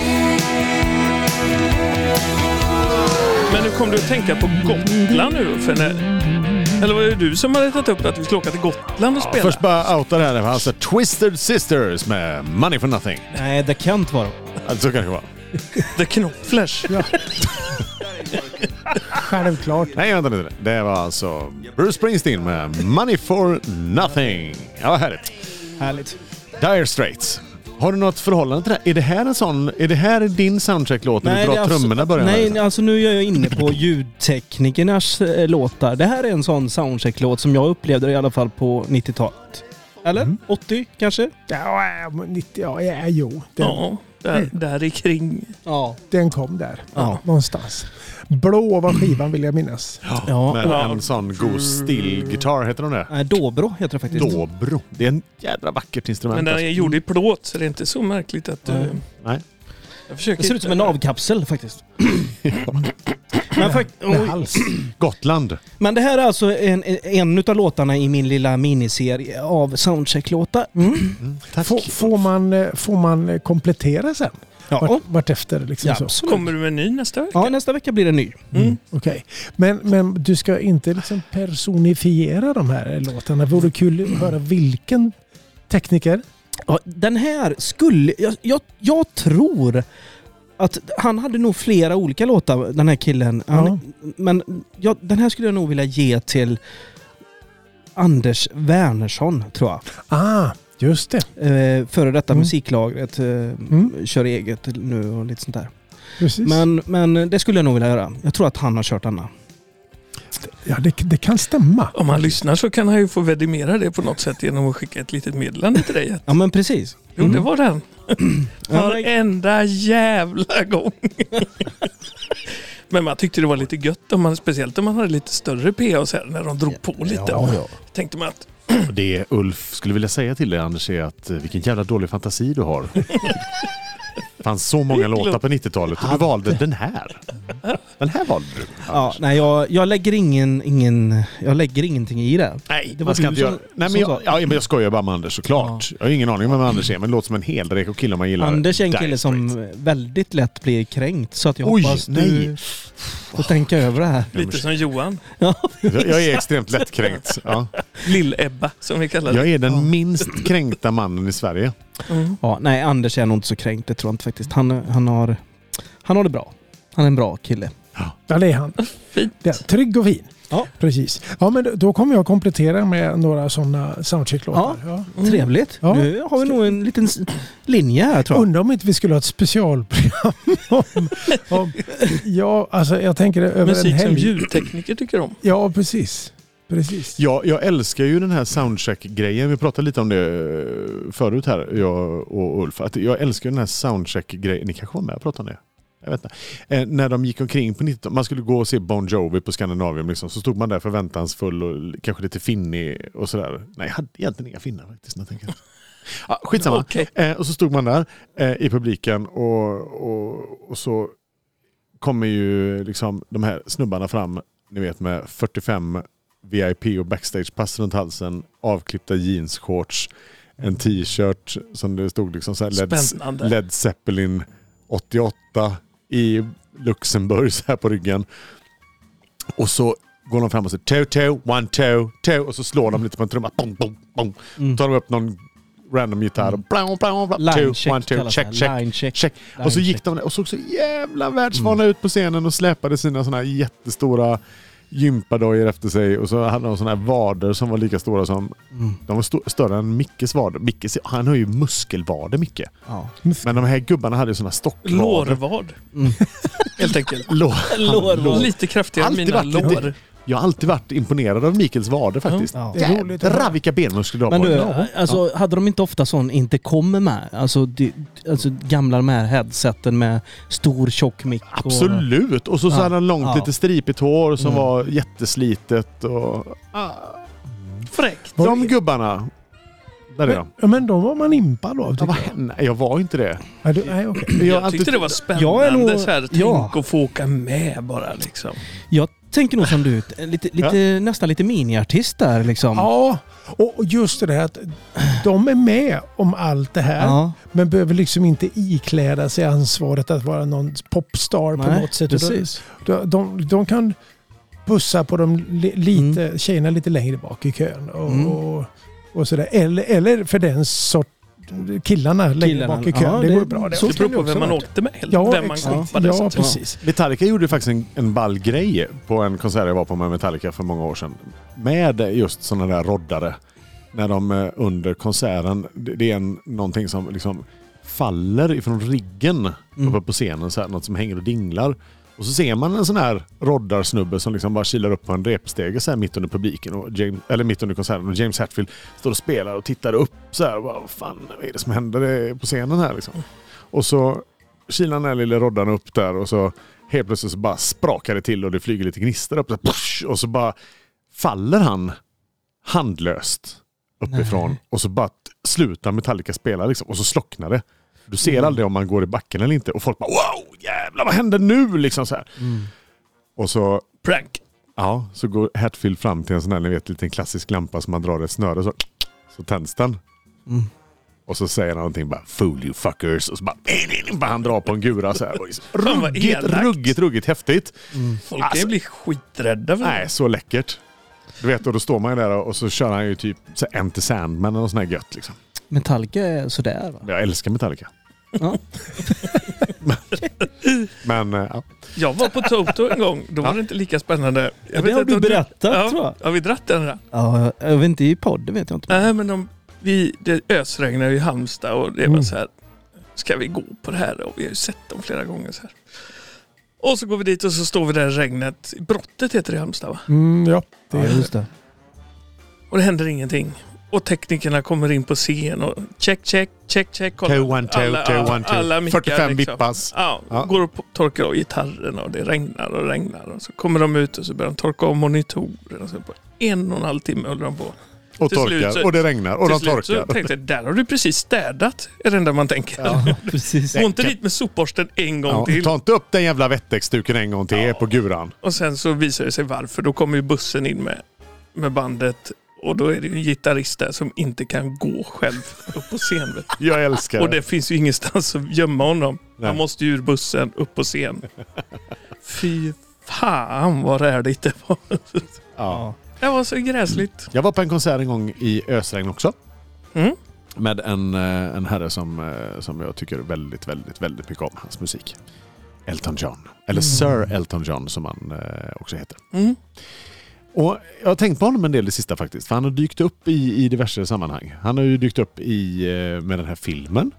[SPEAKER 3] Men nu kom du att tänka på Gotland nu, för eller var det du som hade tagit upp att vi skulle åka till Gotland och spela?
[SPEAKER 1] Först bara outa det här. Alltså Twisted Sisters med Money for Nothing.
[SPEAKER 2] Nej, det kan inte vara.
[SPEAKER 1] Alltså, så kan det vara.
[SPEAKER 3] The Knopflers.
[SPEAKER 4] Ja. Självklart.
[SPEAKER 1] Nej, vänta lite. Det var alltså Bruce Springsteen med Money for Nothing. Ja, vad härligt.
[SPEAKER 2] Härligt.
[SPEAKER 1] Dire Straits. Har du något förhållande till det? Är det här en sån... Är det här din soundtrack-låt när du drar trummorna börjar?
[SPEAKER 2] Nej, alltså nu är jag inne på ljudteknikernas låtar. Det här är en sån soundtrack-låt som jag upplevde i alla fall på 90-talet. Eller? 80 kanske?
[SPEAKER 4] Ja, 90, jo.
[SPEAKER 3] Ja, där i kring.
[SPEAKER 2] Ja.
[SPEAKER 4] Den kom där.
[SPEAKER 2] Ja.
[SPEAKER 4] Någonstans. Blå var skivan, vill jag minnas.
[SPEAKER 2] Ja.
[SPEAKER 1] Med en sån god still-gitarr, heter de det?
[SPEAKER 2] Nej, Dobro heter det faktiskt.
[SPEAKER 1] Dobro. Det är en jädra vackert instrument.
[SPEAKER 3] Men den är gjord i plåt, så det är inte så märkligt att du...
[SPEAKER 1] Nej.
[SPEAKER 2] Det ser ut som en avkapsel faktiskt.
[SPEAKER 4] Med hals.
[SPEAKER 1] Gotland.
[SPEAKER 2] Men det här är alltså en av låtarna i min lilla miniserie av soundcheck-låtar.
[SPEAKER 1] Tack.
[SPEAKER 4] Får man komplettera sen?
[SPEAKER 2] Ja.
[SPEAKER 4] Vart efter liksom så.
[SPEAKER 2] Absolut.
[SPEAKER 3] Kommer du med en ny nästa vecka?
[SPEAKER 2] Ja, nästa vecka blir det ny.
[SPEAKER 4] Okej. Men du ska inte liksom personifiera de här låtarna. Vore det kul att höra vilken tekniker?
[SPEAKER 2] Ja, den här skulle... Jag tror att han hade nog flera olika låtar, den här killen. Men den här skulle jag nog vilja ge till Anders Wernersson, tror jag.
[SPEAKER 4] Just det.
[SPEAKER 2] Före detta musiklagret. Kör eget nu och lite sånt där.
[SPEAKER 4] Precis.
[SPEAKER 2] Men det skulle jag nog vilja göra. Jag tror att han har kört denna.
[SPEAKER 4] Ja, det kan stämma.
[SPEAKER 3] Om han lyssnar så kan han ju få vedimera det på något sätt genom att skicka ett litet meddelande till dig.
[SPEAKER 2] Ja, men precis.
[SPEAKER 3] Jo, det var den. Varenda jävla gång. Men man tyckte det var lite gött, speciellt om man hade lite större PA och så här, när de drog på lite.
[SPEAKER 4] Ja.
[SPEAKER 3] Tänkte man att...
[SPEAKER 1] Och det Ulf skulle vilja säga till dig, Anders, är att vilken jävla dålig fantasi du har. Det fanns så många låtar på 90-talet och du valde den här. Den här valde du.
[SPEAKER 2] Ja, nej, jag lägger ingenting i det.
[SPEAKER 1] Nej,
[SPEAKER 2] det var
[SPEAKER 1] man ska
[SPEAKER 2] du
[SPEAKER 1] inte
[SPEAKER 2] som-
[SPEAKER 1] göra. Nej,
[SPEAKER 2] som
[SPEAKER 1] men
[SPEAKER 2] sa.
[SPEAKER 1] jag skojar bara med Anders, såklart. Jag har ingen aning om vem Anders är, men det låter som en heldräck och kille man gillar.
[SPEAKER 2] Anders är en
[SPEAKER 1] Dire
[SPEAKER 2] kille
[SPEAKER 1] Straits.
[SPEAKER 2] som väldigt lätt blir kränkt, så att jag
[SPEAKER 1] Oj,
[SPEAKER 2] hoppas
[SPEAKER 1] nej.
[SPEAKER 2] du får tänka över det här.
[SPEAKER 3] Lite som Johan.
[SPEAKER 1] Jag är extremt lättkränkt. Ja.
[SPEAKER 3] Lill-Ebba, som vi kallar det.
[SPEAKER 1] Jag är den minst kränkta mannen i Sverige.
[SPEAKER 2] Ja, nej, Anders är nog inte så kränkt, det tror jag inte faktiskt. Han har det bra. Han är en bra kille.
[SPEAKER 4] Ja, det är han.
[SPEAKER 3] Fint.
[SPEAKER 4] Ja, trygg och fin.
[SPEAKER 2] Ja.
[SPEAKER 4] Precis. Ja, men då kommer jag komplettera med några sådna soundcheck-låtar. Ja.
[SPEAKER 2] Trevligt.
[SPEAKER 4] Ja.
[SPEAKER 2] Nu har vi nog en liten linje här, tror jag.
[SPEAKER 4] Undrar om inte vi skulle ha ett specialprogram om ja, alltså jag tänker över en
[SPEAKER 3] Musik som
[SPEAKER 4] helg.
[SPEAKER 3] ljudtekniker tycker om.
[SPEAKER 4] Ja, precis.
[SPEAKER 1] Ja, jag älskar ju den här soundcheck-grejen. Vi pratade lite om det förut här, jag och Ulf. Att jag älskar den här soundcheck-grejen. Ni kanske var med och pratade om det? Jag vet inte. När de gick omkring på 90-talet, man skulle gå och se Bon Jovi på Skandinavium liksom, så stod man där förväntansfull och kanske lite finnig och sådär. Nej, jag hade egentligen inga finnar faktiskt. Jag tänker. Ja, skitsamma.
[SPEAKER 3] Okay.
[SPEAKER 1] Och så stod man där i publiken och så kommer ju liksom de här snubbarna fram, ni vet, med 45 VIP och backstage-pass runt halsen, avklippta jeansshorts, en t-shirt som det stod liksom så här Led Zeppelin 88 i Luxemburg så här på ryggen. Och så går de fram och säger toe, one toe, och så slår de lite på en trumma. Bong, bong, bong. Tar de upp någon random gitarr och blang, blang, blang,
[SPEAKER 2] Line
[SPEAKER 1] two, one, two, check. Och så gick de där och såg så jävla världsvana ut på scenen och släpade sina såna här jättestora gympadojor efter sig, och så hade de såna här vader som var lika stora som de var större än Mickes vader. Han har ju muskelvader, Micke.
[SPEAKER 2] Ja.
[SPEAKER 1] Men de här gubbarna hade såna stockvader.
[SPEAKER 3] Lårvad. Helt enkelt.
[SPEAKER 2] Lårvad.
[SPEAKER 3] Lite kraftigare än mina lår.
[SPEAKER 1] Jag har alltid varit imponerad av Mikaels vader faktiskt.
[SPEAKER 2] Ja.
[SPEAKER 4] Det är roligt.
[SPEAKER 1] Jädrar vilka benmuskler du har
[SPEAKER 2] Men
[SPEAKER 1] på
[SPEAKER 2] du,
[SPEAKER 1] dig.
[SPEAKER 2] alltså, hade de inte ofta sån inte kommer med? Alltså gamla de här headseten med stor tjock mick.
[SPEAKER 1] Absolut. Och så hade han långt lite stripigt hår som var jätteslitet. Och...
[SPEAKER 3] Fräckt.
[SPEAKER 1] De gubbarna. Där är de.
[SPEAKER 4] Ja, men de var man impad av, tycker jag.
[SPEAKER 1] Nej, jag var inte det.
[SPEAKER 4] Nej, okej.
[SPEAKER 3] Jag tyckte det var spännande.
[SPEAKER 2] Jag är nog-
[SPEAKER 3] så här, tänk att få åka med bara liksom.
[SPEAKER 2] Jag tänker nog som du, nästan lite miniartist där liksom.
[SPEAKER 4] Ja, och just det här att de är med om allt det här.
[SPEAKER 2] Ja.
[SPEAKER 4] Men behöver liksom inte ikläda sig ansvaret att vara någon popstar på
[SPEAKER 2] Nej,
[SPEAKER 4] något sätt.
[SPEAKER 2] precis.
[SPEAKER 4] De kan pussa på dem lite, tjejerna lite längre bak i kön. Och sådär. Eller för den sort killarna längre bak i kön.
[SPEAKER 2] Ja,
[SPEAKER 4] det går bra.
[SPEAKER 3] Så det beror på vem man åkte med. Eller vem man kompades.
[SPEAKER 4] Ja, precis.
[SPEAKER 1] Metallica gjorde faktiskt en ball grej på en konsert jag var på med Metallica för många år sedan. Med just sådana där roddare. När de under konserten, det är någonting som liksom faller ifrån riggen uppe på scenen. Så här, något som hänger och dinglar. Och så ser man en sån här roddarsnubbe som liksom bara kilar upp på en repstege så här mitt under publiken eller mitt under konserten, och James Hetfield står och spelar och tittar upp så här, vad fan är det som händer på scenen här liksom. Och så kilar den här lilla roddarna upp där och så helt plötsligt så bara sprakar det till och det flyger lite gnistor upp så push, och så bara faller han handlöst uppifrån. Nej. Och så bara slutar Metallica spela liksom, och så slocknar det. Du ser aldrig om man går i backen eller inte. Och folk bara, wow, jävlar, vad händer nu? Liksom så här. Och så...
[SPEAKER 3] Prank.
[SPEAKER 1] Ja, så går Hetfield fram till en sån här, ni vet, liten klassisk lampa som man drar ett snöre så tänds den. Och så säger han någonting bara, fool you fuckers. Och så bara han drar på en gura så här. Ruggigt häftigt.
[SPEAKER 3] Folk kan ju bli skiträdda för det.
[SPEAKER 1] Nej, så läckert. Du vet, och då står man ju där och så kör han ju typ Enter Sandman och sån här gött liksom.
[SPEAKER 2] Metallica är sådär, va?
[SPEAKER 1] Jag älskar Metallica.
[SPEAKER 2] Ja.
[SPEAKER 1] Men ja.
[SPEAKER 3] Jag var på Toto en gång. Då var det inte lika spännande.
[SPEAKER 2] Det har du berättat, tror jag.
[SPEAKER 3] Har vi dratt den där?
[SPEAKER 2] Ja, jag vet inte i podd, det vet jag inte.
[SPEAKER 3] Nej, men det ösregnade i Halmstad och det var så här, ska vi gå på det här? Och vi har ju sett dem flera gånger så här. Och så går vi dit och så står vi där i regnet. Brottet heter det i Halmstad, va?
[SPEAKER 4] Ja,
[SPEAKER 2] det är just det.
[SPEAKER 3] Och det händer ingenting. Och teknikerna kommer in på scen och check. Alla mickar,
[SPEAKER 1] 45
[SPEAKER 3] liksom.
[SPEAKER 1] bippas.
[SPEAKER 3] Ja, går och torkar av gitarren och det regnar. Och så kommer de ut och så börjar de torka av monitoren. Och så på 1,5 timme håller de på.
[SPEAKER 1] Och torkar, och det regnar, och de torkar.
[SPEAKER 3] Så tänkte jag, där har du precis städat, är det enda man tänker.
[SPEAKER 2] Ja, precis.
[SPEAKER 3] Gå inte dit med sopborsten en gång till.
[SPEAKER 1] Ta inte upp den jävla vettextuken en gång till på guran.
[SPEAKER 3] Och sen så visar det sig varför. Då kommer ju bussen in med bandet. Och då är det ju en gitarrist där som inte kan gå själv upp på scen.
[SPEAKER 1] Jag älskar det.
[SPEAKER 3] Och det finns ju ingenstans att gömma honom.
[SPEAKER 1] Nej.
[SPEAKER 3] Han måste ju ur bussen upp på scen. Fy fan vad rädigt det var.
[SPEAKER 1] Ja.
[SPEAKER 3] Det var så gräsligt.
[SPEAKER 1] Jag var på en konsert en gång i ösregn också. Med en herre som jag tycker väldigt, väldigt, väldigt mycket om hans musik. Elton John. Eller Sir Elton John som han också heter. Och jag har tänkt på honom en del det sista faktiskt. För han har dykt upp i diverse sammanhang. Han har ju dykt upp med den här filmen.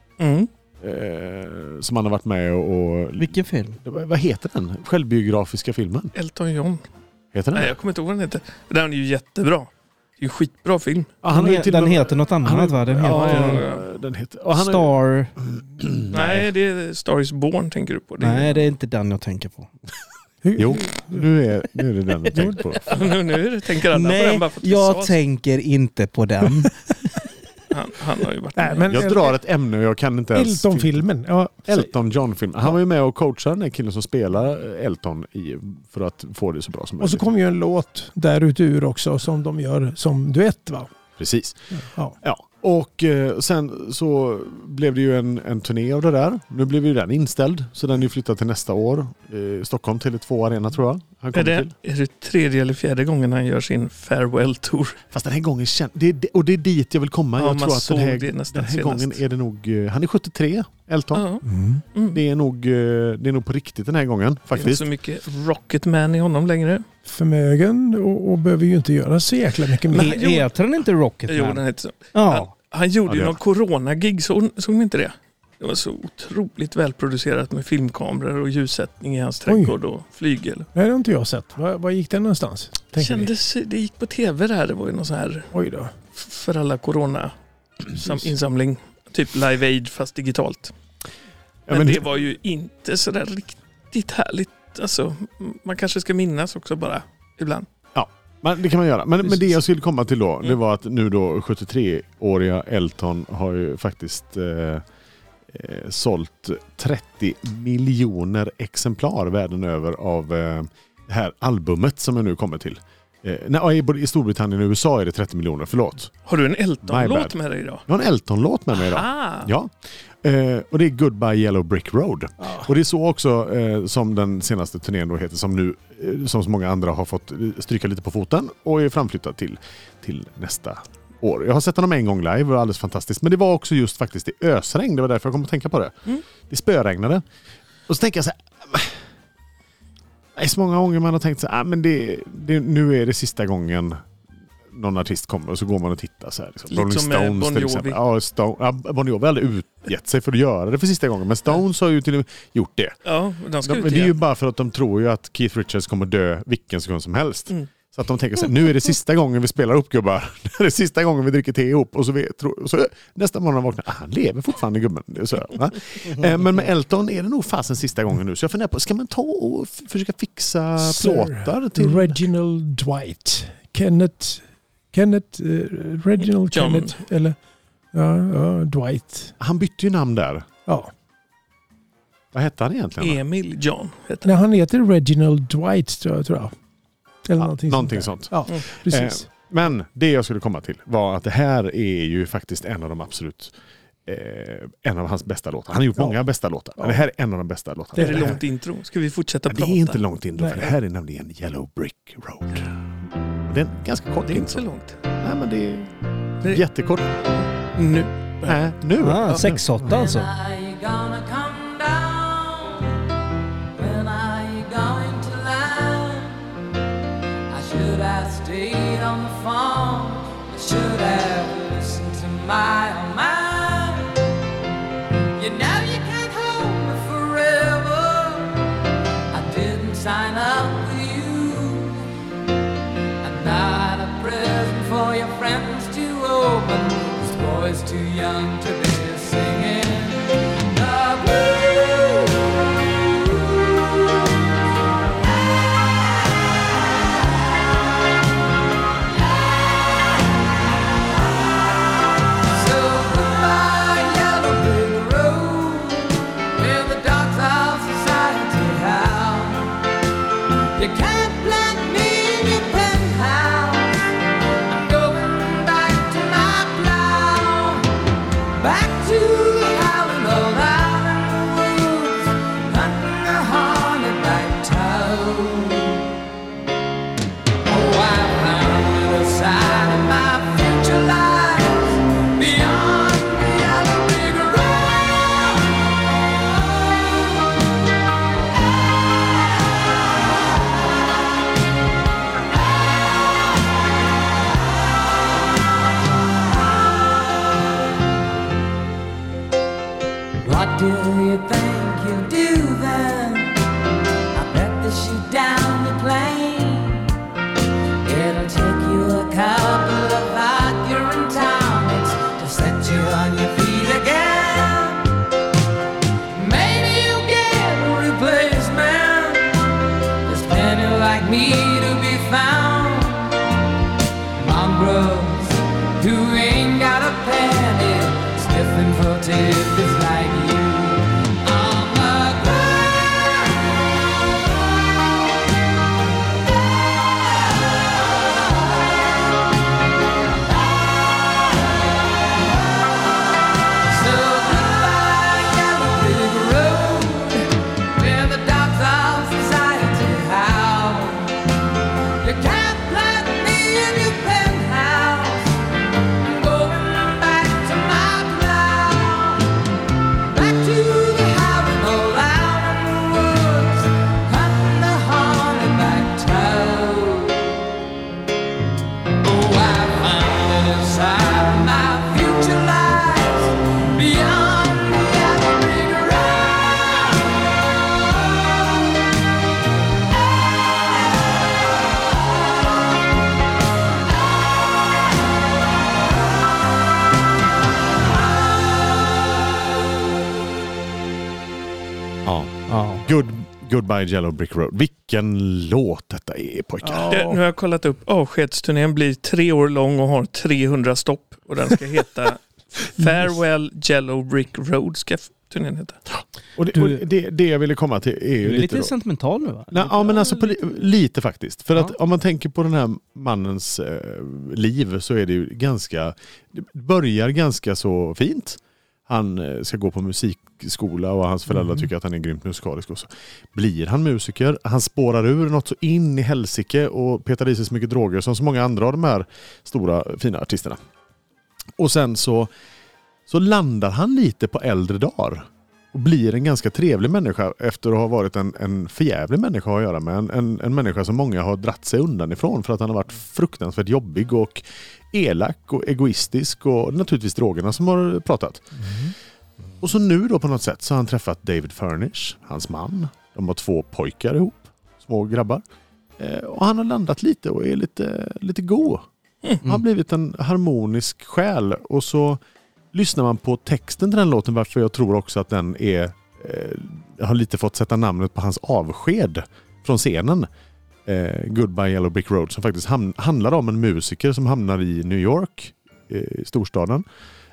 [SPEAKER 1] Som han har varit med och...
[SPEAKER 2] Vilken film?
[SPEAKER 1] Vad heter den? Självbiografiska filmen?
[SPEAKER 3] Elton John.
[SPEAKER 1] Heter den?
[SPEAKER 3] Nej, jag kommer inte ihåg vad den heter. Den är ju jättebra. Det är ju skitbra film.
[SPEAKER 1] Ja,
[SPEAKER 2] den heter något annat, va?
[SPEAKER 1] Den heter...
[SPEAKER 2] Star...
[SPEAKER 3] Nej, det är Star is Born tänker du på.
[SPEAKER 2] Nej, det är inte den jag tänker på.
[SPEAKER 1] Jo, nu är det den jag tänker på.
[SPEAKER 3] nu tänker alla på den bara för att
[SPEAKER 2] jag tänker inte på den.
[SPEAKER 3] Han har ju varit
[SPEAKER 4] med.
[SPEAKER 1] Jag drar ett ämne och jag kan inte ens...
[SPEAKER 4] Elton-filmen. Ja,
[SPEAKER 1] Elton John-filmen. Han var ju med och coachade den här killen som spelar Elton för att få det så bra som möjligt.
[SPEAKER 4] Och så kom ju en låt där utur också som de gör som duett, va?
[SPEAKER 1] Precis.
[SPEAKER 4] Ja.
[SPEAKER 1] Och sen så blev det ju en turné av det där. Nu blev ju den inställd. Så den är flyttad till nästa år. Stockholm till 2 arena tror jag.
[SPEAKER 3] Är det 3:e eller 4:e gången han gör sin farewell tour?
[SPEAKER 1] Fast den här gången och det är dit jag vill komma.
[SPEAKER 3] Ja,
[SPEAKER 1] jag tror att den här
[SPEAKER 3] gången
[SPEAKER 1] är det nog... Han är 73, Elton. Det är nog på riktigt den här gången faktiskt.
[SPEAKER 3] Det är så mycket Rocketman i honom längre.
[SPEAKER 4] Förmögen och behöver ju inte göra så jäkla mycket mer.
[SPEAKER 2] Heter den inte Rocketman?
[SPEAKER 3] Jo, den heter så.
[SPEAKER 2] Ja.
[SPEAKER 3] Han gjorde ju någon corona-gig, såg ni inte det? Det var så otroligt välproducerat med filmkameror och ljussättning i hans trädgård och flygel.
[SPEAKER 4] Nej, det har inte jag sett. Var gick den någonstans?
[SPEAKER 3] Det gick på tv där. Det var ju någon sån här för alla corona insamling. Typ Live Aid fast digitalt. Men det var ju inte så där riktigt härligt. Alltså, man kanske ska minnas också bara ibland.
[SPEAKER 1] Ja, men det kan man göra. Men det jag skulle komma till då, det var att nu då 73-åriga Elton har ju faktiskt sålt 30 miljoner exemplar världen över av det här albumet som jag nu kommer till. I Storbritannien och USA är det 30 miljoner, förlåt.
[SPEAKER 3] Har du en Elton-låt med dig idag?
[SPEAKER 1] Jag har en Elton-låt med mig idag. Ja. Och det är Goodbye Yellow Brick Road. Och det är så också som den senaste turnén då heter, som nu som så många andra har fått stryka lite på foten och är framflyttad till nästa år. Jag har sett honom en gång live och det var alldeles fantastiskt. Men det var också just faktiskt i ösregn, det var därför jag kom att tänka på det. Det spöregnade. Och så tänker jag så här, det är så många gånger man har tänkt så här, men nu är det sista gången någon artist kommer och så går man och tittar så här. Liksom.
[SPEAKER 3] Rolling Stones Bon
[SPEAKER 1] till exempel. Bon Jovi har aldrig utgett sig för att göra det för sista gången. Men Stones har ju till och med gjort det.
[SPEAKER 3] Ja, men
[SPEAKER 1] det är ju bara för att de tror ju att Keith Richards kommer dö vilken sekund som helst. Så att de tänker så här, nu är det sista gången vi spelar upp, gubbar. Det är det sista gången vi dricker te ihop. Och så nästa morgon vaknar han lever fortfarande, gubben. Det är så, va? Men med Elton är det nog fasen sista gången nu. Så jag funderar på, ska man ta och försöka fixa plåtar till
[SPEAKER 4] Reginald Dwight. Reginald
[SPEAKER 3] John.
[SPEAKER 4] Kenneth. Eller Dwight.
[SPEAKER 1] Han bytte ju namn där.
[SPEAKER 4] Ja.
[SPEAKER 1] Vad hette han egentligen?
[SPEAKER 3] Emil John heter
[SPEAKER 4] Nej, han heter Reginald Dwight, tror jag. Eller
[SPEAKER 1] någonting sånt.
[SPEAKER 4] Ja, precis.
[SPEAKER 1] Men det jag skulle komma till var att det här är ju faktiskt en av de absolut en av hans bästa låtar. Han har gjort många bästa låtar. Men det här är en av de bästa låtarna.
[SPEAKER 3] Det är långt intro. Ska vi fortsätta prata?
[SPEAKER 1] Det är inte långt intro, för det här är nämligen Yellow Brick Road. Det är en ganska kort
[SPEAKER 3] Det är inte
[SPEAKER 1] intro.
[SPEAKER 3] så långt.
[SPEAKER 1] Nej, men det är jättekort.
[SPEAKER 3] Nu.
[SPEAKER 1] Nu.
[SPEAKER 2] 6-8 alltså.
[SPEAKER 6] Stayed on the phone, I should have listened to my own mind. You know you can't hold me forever, I didn't sign up with you. I'm not a present for your friends to open, this boy's too young to be singing the blues. You can't plant me in your penthouse. I'm going back to my plow, back to howling all out in the woods, hunting a hornet-like toad. Oh, I found the side of my future lies beyond the yellow brick road. What do you think you'll do then? I bet they shoot down the plane. It'll take you a couple of hot urine tonics to set you on your feet again. Maybe you'll get a replacement. There's plenty like me to be found. Mongrels who ain't got a penny, sniffing for tidbits like you. On the ground,
[SPEAKER 2] Ja.
[SPEAKER 1] Goodbye Yellow Brick Road. Vilken låt detta är, pojkar.
[SPEAKER 3] Nu har jag kollat upp. Avskedsturnén blir 3 år lång och har 300 stopp. Och den ska heta Farewell Yellow Brick Road ska turnén heta.
[SPEAKER 1] Och det jag ville komma till är ju
[SPEAKER 2] Du är lite
[SPEAKER 1] då.
[SPEAKER 2] sentimental nu, va?
[SPEAKER 1] Nej, ja, men alltså lite faktiskt. För att om man tänker på den här mannens liv så är det ju det börjar ganska så fint. Han ska gå på musikskola och hans föräldrar tycker att han är grymt musikalisk. Och så blir han musiker. Han spårar ur något så in i helsike och petar i sig så mycket droger som så många andra av de här stora fina artisterna. Och sen så landar han lite på äldre dagar och blir en ganska trevlig människa efter att ha varit en förjävlig människa att göra med. En människa som många har dratt sig undan ifrån för att han har varit fruktansvärt jobbig och elak och egoistisk och naturligtvis drogerna som har pratat. Och så nu då på något sätt så har han träffat David Furnish, hans man. De har 2 pojkar ihop, små grabbar. Och han har landat lite och är lite god. Han har blivit en harmonisk själ och så lyssnar man på texten till den låten, varför jag tror också att den har lite fått sätta namnet på hans avsked från scenen. Goodbye Yellow Brick Road, som faktiskt handlar om en musiker som hamnar i New York, i storstaden.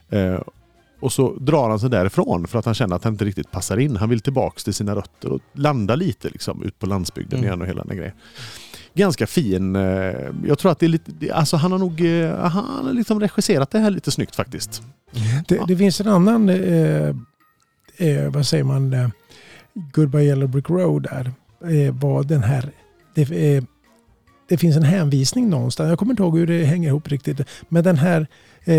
[SPEAKER 1] Och så drar han sig därifrån för att han känner att han inte riktigt passar in. Han vill tillbaka till sina rötter och landa lite liksom, ut på landsbygden igen och hela den grejen. Ganska fin. Jag tror att det är lite, alltså han har liksom regisserat det här lite snyggt faktiskt.
[SPEAKER 4] Det finns en annan vad säger man, Goodbye Yellow Brick Road där var den här det finns en hänvisning någonstans. Jag kommer inte ihåg hur det hänger ihop riktigt. Men den här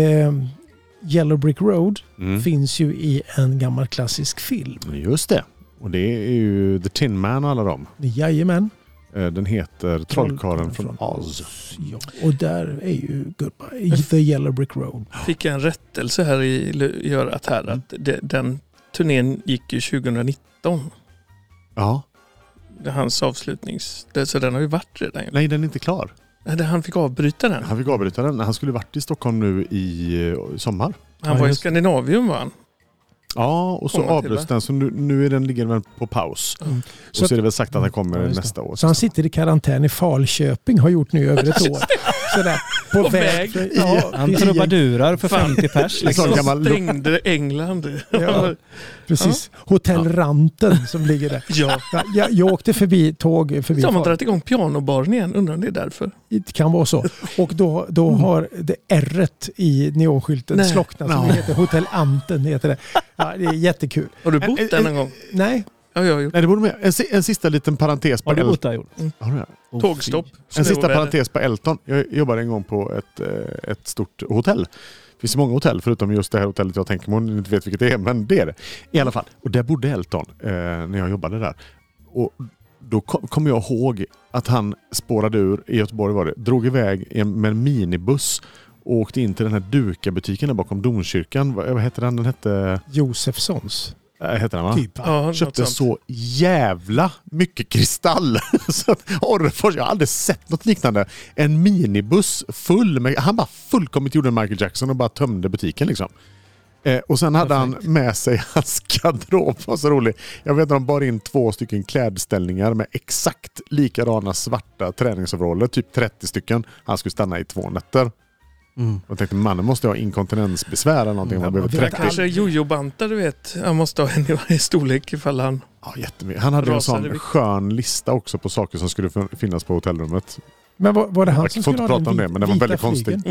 [SPEAKER 4] Yellow Brick Road finns ju i en gammal klassisk film.
[SPEAKER 1] Just det. Och det är ju The Tin Man och alla dem.
[SPEAKER 4] Jajamän.
[SPEAKER 1] Den heter Trollkarlen från Oz.
[SPEAKER 4] Ja. Och där är ju Goodbye The Yellow Brick Road.
[SPEAKER 3] Fick jag en rättelse här i örat här att den turnén gick ju 2019.
[SPEAKER 1] Ja.
[SPEAKER 3] Det är hans så den har ju varit redan.
[SPEAKER 1] Nej, den är inte klar.
[SPEAKER 3] Han fick avbryta den.
[SPEAKER 1] Han fick avbryta den. Han skulle varit i Stockholm nu i sommar.
[SPEAKER 3] Han var i Skandinavium, var han?
[SPEAKER 1] Ja, och så avbröts den. Så nu ligger den på paus. Och så är det väl sagt att han kommer nästa år.
[SPEAKER 4] Så han sitter i karantän i Falköping, har gjort nu över ett år. Sådär, på väg.
[SPEAKER 2] Han trubadurar för 50 pers.
[SPEAKER 3] Liksom. Stängde England.
[SPEAKER 4] Ja, precis. Hotell Ranten som ligger där.
[SPEAKER 3] Ja.
[SPEAKER 4] Jag åkte förbi tåg.
[SPEAKER 3] Så har man dragit igång pianobaren igen. Undrar om det är därför.
[SPEAKER 4] Det kan vara så. Och då har det R-et i neonskylten slocknat. Som heter Hotell Anten. Heter det. Ja, det är jättekul.
[SPEAKER 3] Har du bott där någon gång?
[SPEAKER 4] Nej.
[SPEAKER 3] Ja, jag har gjort.
[SPEAKER 1] Nej, det borde med. En sista liten parentes på
[SPEAKER 2] Elton.
[SPEAKER 3] Tågstopp.
[SPEAKER 1] En sista parentes på Elton. Jag jobbade en gång på ett stort hotell. Det finns många hotell förutom just det här hotellet jag tänker man inte vet vilket det är, men det är det. I alla fall. Och där bodde Elton när jag jobbade där. Och då kommer jag ihåg att han spårade ur i Göteborg var det. Drog iväg med en minibuss och åkte in till den här dukabutiken där bakom domkyrkan. Vad heter den? Den hette
[SPEAKER 4] Josefssons.
[SPEAKER 1] Heter den, va?
[SPEAKER 4] Typ.
[SPEAKER 3] Ja,
[SPEAKER 1] köpte så jävla mycket kristall. Så Orrefors, jag har aldrig sett något liknande. En minibuss full med, han bara fullkomligt gjorde Michael Jackson och bara tömde butiken liksom. Och sen hade han med sig hans garderob, var så rolig. Jag vet att de bar in 2 stycken klädställningar med exakt likadana svarta träningsoveraller, typ 30 stycken. Han skulle stanna i 2 nätter. Jag tänkte, mannen måste ha inkontinensbesvär eller någonting. Man behöver 30.
[SPEAKER 3] Kanske jojo-bantar, du vet. Han måste ha en i varje storlek ifall han...
[SPEAKER 1] Ja, jättemycket. Han hade en sån skön lista också på saker som skulle finnas på hotellrummet.
[SPEAKER 4] Men var det han som
[SPEAKER 1] skulle
[SPEAKER 4] ha
[SPEAKER 1] prata om det, men det var väldigt konstigt.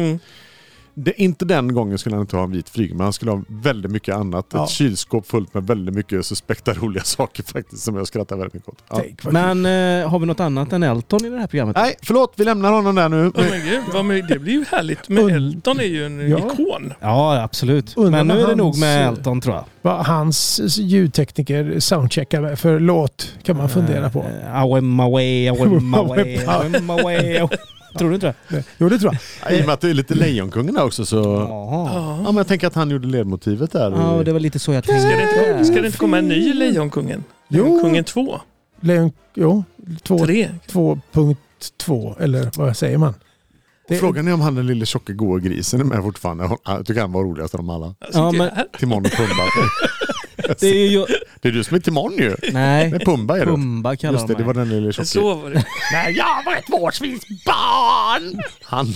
[SPEAKER 1] Inte den gången skulle han inte ha en vit flyg, men han skulle ha väldigt mycket annat. Ja. Ett kylskåp fullt med väldigt mycket suspekta roliga saker faktiskt som jag skrattar väldigt mycket åt. Ja.
[SPEAKER 2] Men har vi något annat än Elton i det här programmet?
[SPEAKER 1] Nej, förlåt, vi lämnar honom där nu.
[SPEAKER 3] Men gud, det blir ju härligt. Men Elton är ju en ikon.
[SPEAKER 2] Ja, absolut. Men nu är det nog med Elton, tror jag.
[SPEAKER 4] Vad hans ljudtekniker soundcheckar för låt kan man fundera på.
[SPEAKER 2] I went my way. Tror du inte det?
[SPEAKER 4] Jo, det tror jag.
[SPEAKER 1] I och med att det är lite Lejonkungen där också så... Ja, men jag tänker att han gjorde ledmotivet där.
[SPEAKER 2] Ja, det var lite så jag tänkte.
[SPEAKER 3] Ska det inte komma en ny Lejonkungen? Lejonkungen 2?
[SPEAKER 4] Jo, 2.2 eller vad säger man?
[SPEAKER 1] Frågan är om han den lille tjocka goa grisen är med fortfarande. Jag tycker han var roligast av dem alla.
[SPEAKER 2] Ja, men...
[SPEAKER 1] Timon och Pumba.
[SPEAKER 2] Det är ju...
[SPEAKER 1] Det är du som är Timon ju.
[SPEAKER 2] Nej,
[SPEAKER 1] Nej, Pumba är det.
[SPEAKER 2] Pumba kallar
[SPEAKER 1] Just det,
[SPEAKER 2] de
[SPEAKER 1] det var
[SPEAKER 2] mig.
[SPEAKER 1] den lilla tjocka.
[SPEAKER 3] Så var det.
[SPEAKER 1] Nej, jag var ett vårdsvinsbarn! Han.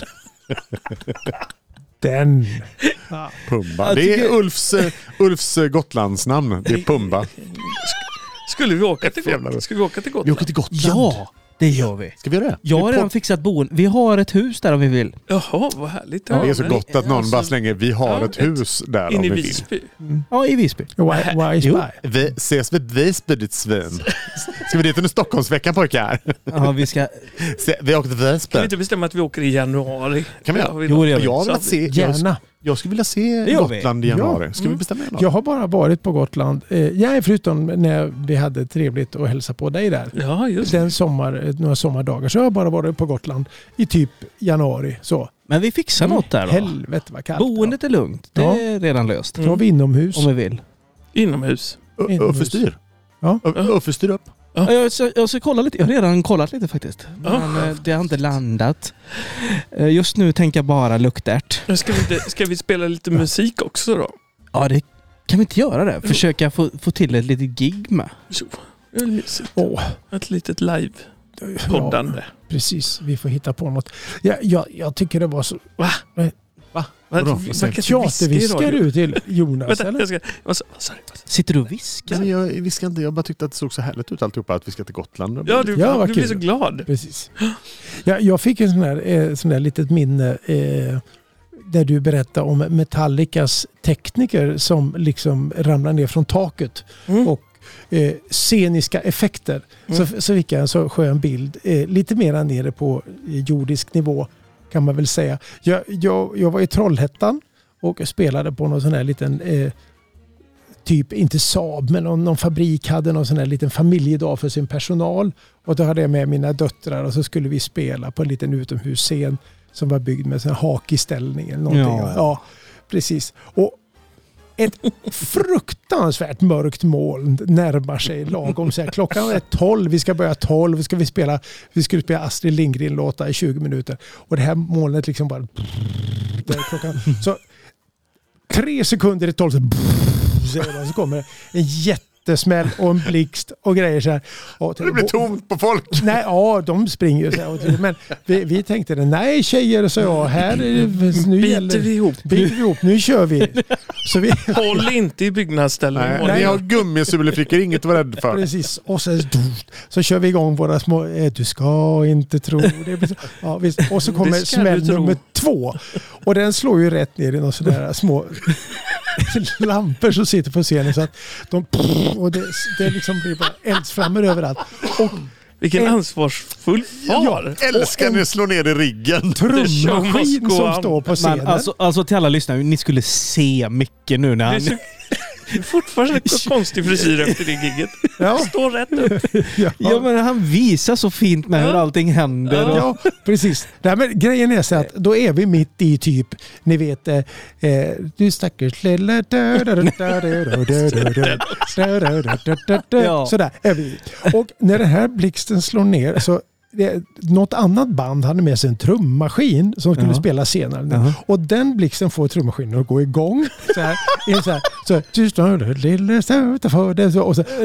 [SPEAKER 4] Den.
[SPEAKER 1] Pumba.
[SPEAKER 2] Jag
[SPEAKER 1] Det är
[SPEAKER 2] tycker-
[SPEAKER 1] Ulfs Gotlandsnamn. Det är Pumba.
[SPEAKER 3] Skulle vi åka till
[SPEAKER 1] Jävlar.
[SPEAKER 3] Gotland? Ska vi åka till
[SPEAKER 1] Vi
[SPEAKER 3] Gotland?
[SPEAKER 1] åker till Gotland.
[SPEAKER 2] Ja, det gör vi.
[SPEAKER 1] Ska vi göra det?
[SPEAKER 2] Jag har
[SPEAKER 1] Det är
[SPEAKER 2] redan fixat boende. Vi har ett hus där om vi vill.
[SPEAKER 3] Jaha, vad härligt.
[SPEAKER 1] Det är så gott att någon
[SPEAKER 2] Alltså-
[SPEAKER 1] bara slänger. Vi har
[SPEAKER 3] Ja,
[SPEAKER 1] ett hus där om
[SPEAKER 3] In i
[SPEAKER 1] vi vill.
[SPEAKER 3] Visby.
[SPEAKER 2] Ja, i Visby.
[SPEAKER 4] Wise
[SPEAKER 2] Jo.
[SPEAKER 4] by.
[SPEAKER 1] Vi ses vid Visby, ditt svin. Ska vi dit under Stockholmsveckan, pojkar?
[SPEAKER 2] Ja, vi ska...
[SPEAKER 1] Vi åker till
[SPEAKER 3] Kan vi
[SPEAKER 1] Visby.
[SPEAKER 3] inte bestämma att vi åker i januari?
[SPEAKER 1] Kan vi göra?
[SPEAKER 3] Ja, vi-
[SPEAKER 2] Jo, det gör vi.
[SPEAKER 1] Jag har
[SPEAKER 3] Så
[SPEAKER 1] velat
[SPEAKER 3] att-
[SPEAKER 1] se...
[SPEAKER 4] Gärna.
[SPEAKER 1] Jag skulle vilja se
[SPEAKER 2] gör vi.
[SPEAKER 1] Gotland i januari. Ska vi bestämma det?
[SPEAKER 4] Jag har bara varit på Gotland. Jag är förutom när vi hade trevligt att hälsa på dig där.
[SPEAKER 3] Ja, just det.
[SPEAKER 4] Några sommardagar. Så jag har bara varit på Gotland i typ januari. Så.
[SPEAKER 2] Men vi fixar något där då.
[SPEAKER 4] Helvete vad kallt.
[SPEAKER 2] Boendet är lugnt. Det
[SPEAKER 4] Ja.
[SPEAKER 2] är redan löst.
[SPEAKER 4] Då har vi inomhus.
[SPEAKER 2] Om vi vill.
[SPEAKER 3] Inomhus.
[SPEAKER 1] Uffe styr.
[SPEAKER 4] Ja.
[SPEAKER 1] Uffe styr upp.
[SPEAKER 3] Ja.
[SPEAKER 2] Jag ska kolla lite. Jag har redan kollat lite faktiskt. Men det har inte landat. Just nu tänker jag bara luktärt.
[SPEAKER 3] Ska vi spela lite musik också då?
[SPEAKER 2] Ja, det kan vi inte göra det. Försöka få till ett litet gig med.
[SPEAKER 3] Jo, det är mysigt.
[SPEAKER 4] Åh,
[SPEAKER 3] Ett litet live-poddande.
[SPEAKER 4] precis. Vi får hitta på något. Jag tycker det var så...
[SPEAKER 3] Va?
[SPEAKER 1] Vadå?
[SPEAKER 3] Vad kan du viska i
[SPEAKER 4] Teaterviskar
[SPEAKER 3] radio?
[SPEAKER 4] du till Jonas?
[SPEAKER 3] Vänta,
[SPEAKER 4] eller?
[SPEAKER 3] jag ska... Vad sa du?
[SPEAKER 2] Sitter du och viskar?
[SPEAKER 1] Men jag viskar inte. Jag bara tyckte att det såg så härligt ut alltihopa att vi ska till Gotland.
[SPEAKER 3] Ja,
[SPEAKER 4] Ja, vad
[SPEAKER 3] du blir
[SPEAKER 4] kul.
[SPEAKER 3] så glad.
[SPEAKER 4] Precis. Jag fick en sån där litet minne där du berättade om Metallicas tekniker som liksom ramlar ner från taket och sceniska effekter. Så fick jag en så skön bild lite mer nere på jordisk nivå kan man väl säga. Jag var i Trollhättan och spelade på någon sån här liten typ, inte Saab, men någon fabrik hade någon sån här liten familjedag för sin personal. Och då hade jag med mina döttrar och så skulle vi spela på en liten utomhusscen som var byggd med en hakiställning eller någonting. Ja, precis. Och ett fruktansvärt mörkt moln närmar sig lagom. Så här, klockan är 12, vi ska börja 12, vi skulle spela Astrid Lindgren-låtar i 20 minuter. Och det här molnet liksom bara... Där klockan, så 3 sekunder i 12 så kommer det en jättesmäll och en blixt och grejer så här. Och
[SPEAKER 1] Det blir tomt på folk.
[SPEAKER 4] Nej, ja, de springer ju så här. Men vi tänkte det. Nej, tjejer, så jag här nu
[SPEAKER 3] Biter vi ihop.
[SPEAKER 4] nu kör vi. Så vi
[SPEAKER 3] Håll inte i byggnadsställning.
[SPEAKER 1] Nej, ni har gummisuleflickor, inget att vara rädd för.
[SPEAKER 4] precis. Och så kör vi igång våra små du ska inte tro det. Ja, visst. Och så kommer
[SPEAKER 3] Det ska
[SPEAKER 4] smäll
[SPEAKER 3] du tro.
[SPEAKER 4] nummer 2. Och den slår ju rätt ner i några sådär små lampor som sitter på scenen så att och det liksom blir bara eldsflammor överallt. Och
[SPEAKER 3] Vilken ansvarsfull far.
[SPEAKER 1] Älskar ni slå ner i riggen.
[SPEAKER 4] trummaskin som står på scenen.
[SPEAKER 2] Men alltså till alla lyssnare, ni skulle se mycket nu när
[SPEAKER 3] Det är
[SPEAKER 2] han...
[SPEAKER 3] så- det är fortfarande en konstig frisyr efter det gigget.
[SPEAKER 4] Ja.
[SPEAKER 3] Står rätt upp.
[SPEAKER 2] Ja, men han visar så fint med hur allting händer. Och...
[SPEAKER 4] Ja, precis. Nej, men grejen är så att då är vi mitt i typ, ni vet, du stackars lilla...
[SPEAKER 2] Ja.
[SPEAKER 4] Sådär är vi. Och när den här blixten slår ner så något annat band hade med sig en trummaskin som skulle spela senare. Och den blixten får trummaskinen att gå igång. Så här, du står lilla utanför det. Och så...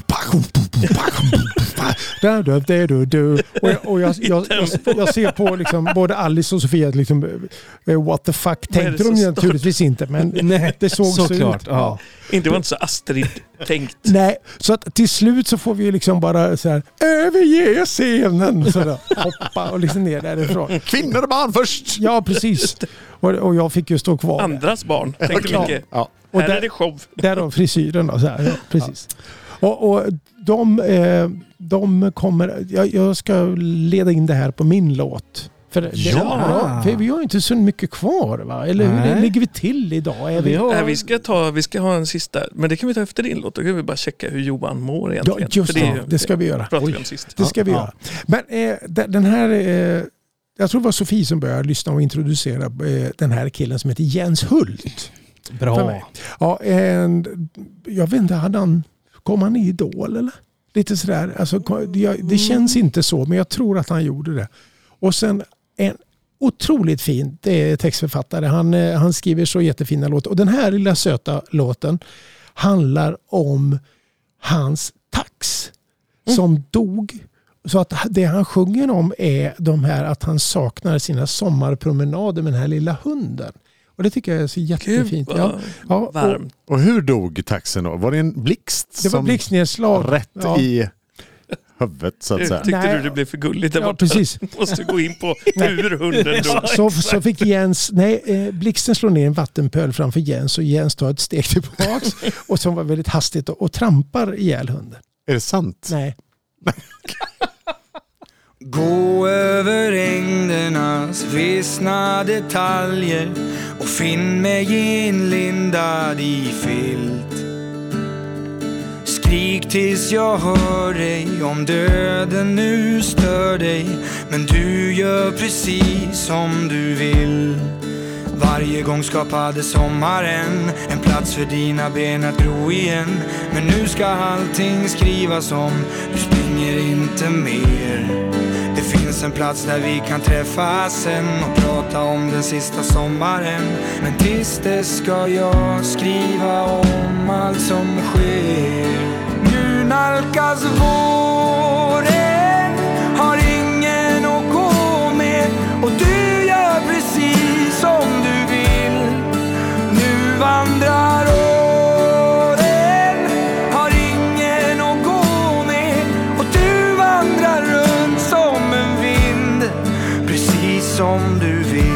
[SPEAKER 4] Och jag ser på liksom både Alice och Sofia liksom, what the fuck
[SPEAKER 3] Vad är det
[SPEAKER 4] tänkte
[SPEAKER 3] som
[SPEAKER 4] de
[SPEAKER 3] står?
[SPEAKER 4] naturligtvis inte, men
[SPEAKER 2] Nej,
[SPEAKER 4] det såg så
[SPEAKER 2] såklart.
[SPEAKER 4] ut.
[SPEAKER 2] Ja.
[SPEAKER 3] Inte var inte så Astrid tänkt.
[SPEAKER 4] Nej, så att till slut så får vi liksom bara så här överge scenen, så där, hoppa och liksom ner därifrån.
[SPEAKER 1] Kvinnor och barn först.
[SPEAKER 4] Ja, precis. Och jag fick ju stå kvar.
[SPEAKER 3] Andras barn tänkte
[SPEAKER 4] Ja.
[SPEAKER 3] mycket.
[SPEAKER 1] Ja.
[SPEAKER 4] Och
[SPEAKER 3] Här
[SPEAKER 4] där-
[SPEAKER 3] är det show.
[SPEAKER 4] Därav frisyren och så här. Ja, precis. Och de kommer... Jag ska leda in det här på min låt. För för vi har inte så mycket kvar, va? Eller hur
[SPEAKER 2] Nej.
[SPEAKER 4] ligger vi till idag? Är vi...
[SPEAKER 3] Nej, vi ska ha en sista. Men det kan vi ta efter din låt. Då kan vi bara checka hur Johan mår
[SPEAKER 4] Ja,
[SPEAKER 3] egentligen.
[SPEAKER 4] just
[SPEAKER 3] För
[SPEAKER 4] det. Det ska vi göra.
[SPEAKER 3] pratade vi om sist.
[SPEAKER 4] Det ska vi göra. Men den här... jag tror det var Sofie som började lyssna och introducera den här killen som heter Jens Hult. För
[SPEAKER 2] Bra.
[SPEAKER 4] mig. Ja, jag vet inte, kom han i Idol eller? Lite sådär. Alltså, det känns inte så, men jag tror att han gjorde det. Och sen en otroligt fin textförfattare. Han skriver så jättefina låtar. Och den här lilla söta låten handlar om hans tax som dog. Så att det han sjunger om är de här att han saknar sina sommarpromenader med den här lilla hunden. Och det tycker jag är så jättefint. Ja,
[SPEAKER 3] varmt.
[SPEAKER 1] Och hur dog taxen då? Var det en blixt?
[SPEAKER 4] Det var blixtnedslag.
[SPEAKER 1] Rätt i huvudet så att säga.
[SPEAKER 3] Tyckte du det blev för gulligt där borta?
[SPEAKER 4] Precis.
[SPEAKER 3] Måste gå in på hur hunden dog.
[SPEAKER 4] Så fick Jens, blixten slår ner en vattenpöl framför Jens och Jens tar ett steg tillbaks och som var väldigt hastigt och trampar ihjäl hunden.
[SPEAKER 1] Är det sant?
[SPEAKER 4] Nej.
[SPEAKER 7] Gå över ängdernas vissna detaljer och finn mig inlindad i filt. Skrik tills jag hör dig om döden nu stör dig, men du gör precis som du vill. Varje gång skapade sommaren en plats för dina ben att gro igen. Men nu ska allting skrivas om, du springer inte mer. Det finns en plats där vi kan träffas sen och prata om den sista sommaren. Men tills dess ska jag skriva om allt som sker. Nu nalkas våren, har ingen att gå med, och du gör precis som du vill. Nu vandrar åren, har ingen att gå med, och du vandrar runt som en vind, precis som du vill.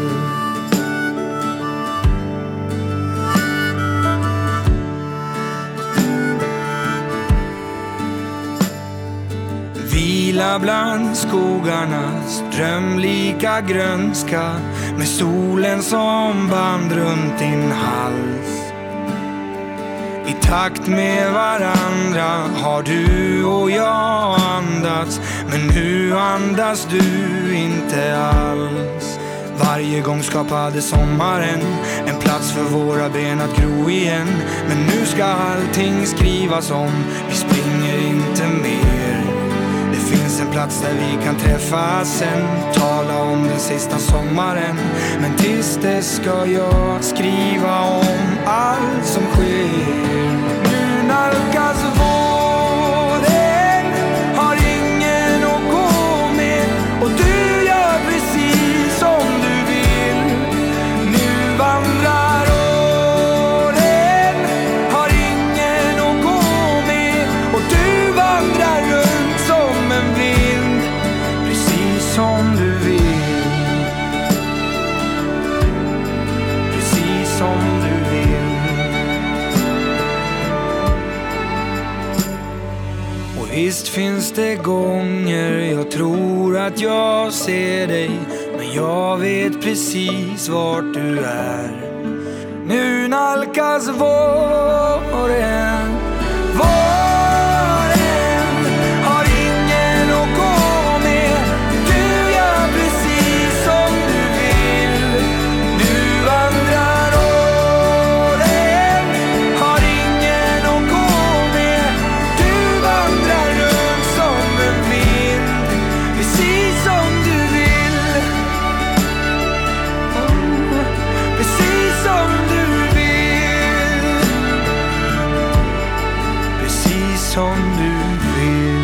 [SPEAKER 7] Vila bland skogarnas drömlika grönska, med solen som band runt din hals. I takt med varandra har du och jag andats, men nu andas du inte alls. Varje gång skapade sommaren en plats för våra ben att gro igen. Men nu ska allting skrivas om, vi springer inte mer. Det finns en plats där vi kan träffas sen, tala om den sista sommaren. Men tills dess ska jag skriva om allt som sker. Nu nalkas våren, har ingen att gå med, och du gör precis som du vill. Nu vandrar åren, har ingen att gå med, och du vandrar runt som en vind, precis som du vill. Precis som du vill. Och visst finns det gånger jag tror att jag ser dig, men jag vet precis vart du är. Nu nalkas våren, våren, har ingen att gå med, du gör precis som du vill. Nu vandrar åren, har ingen att gå med, du vandrar runt som en vind, precis som du vill. Precis som du vill. Precis som du vill.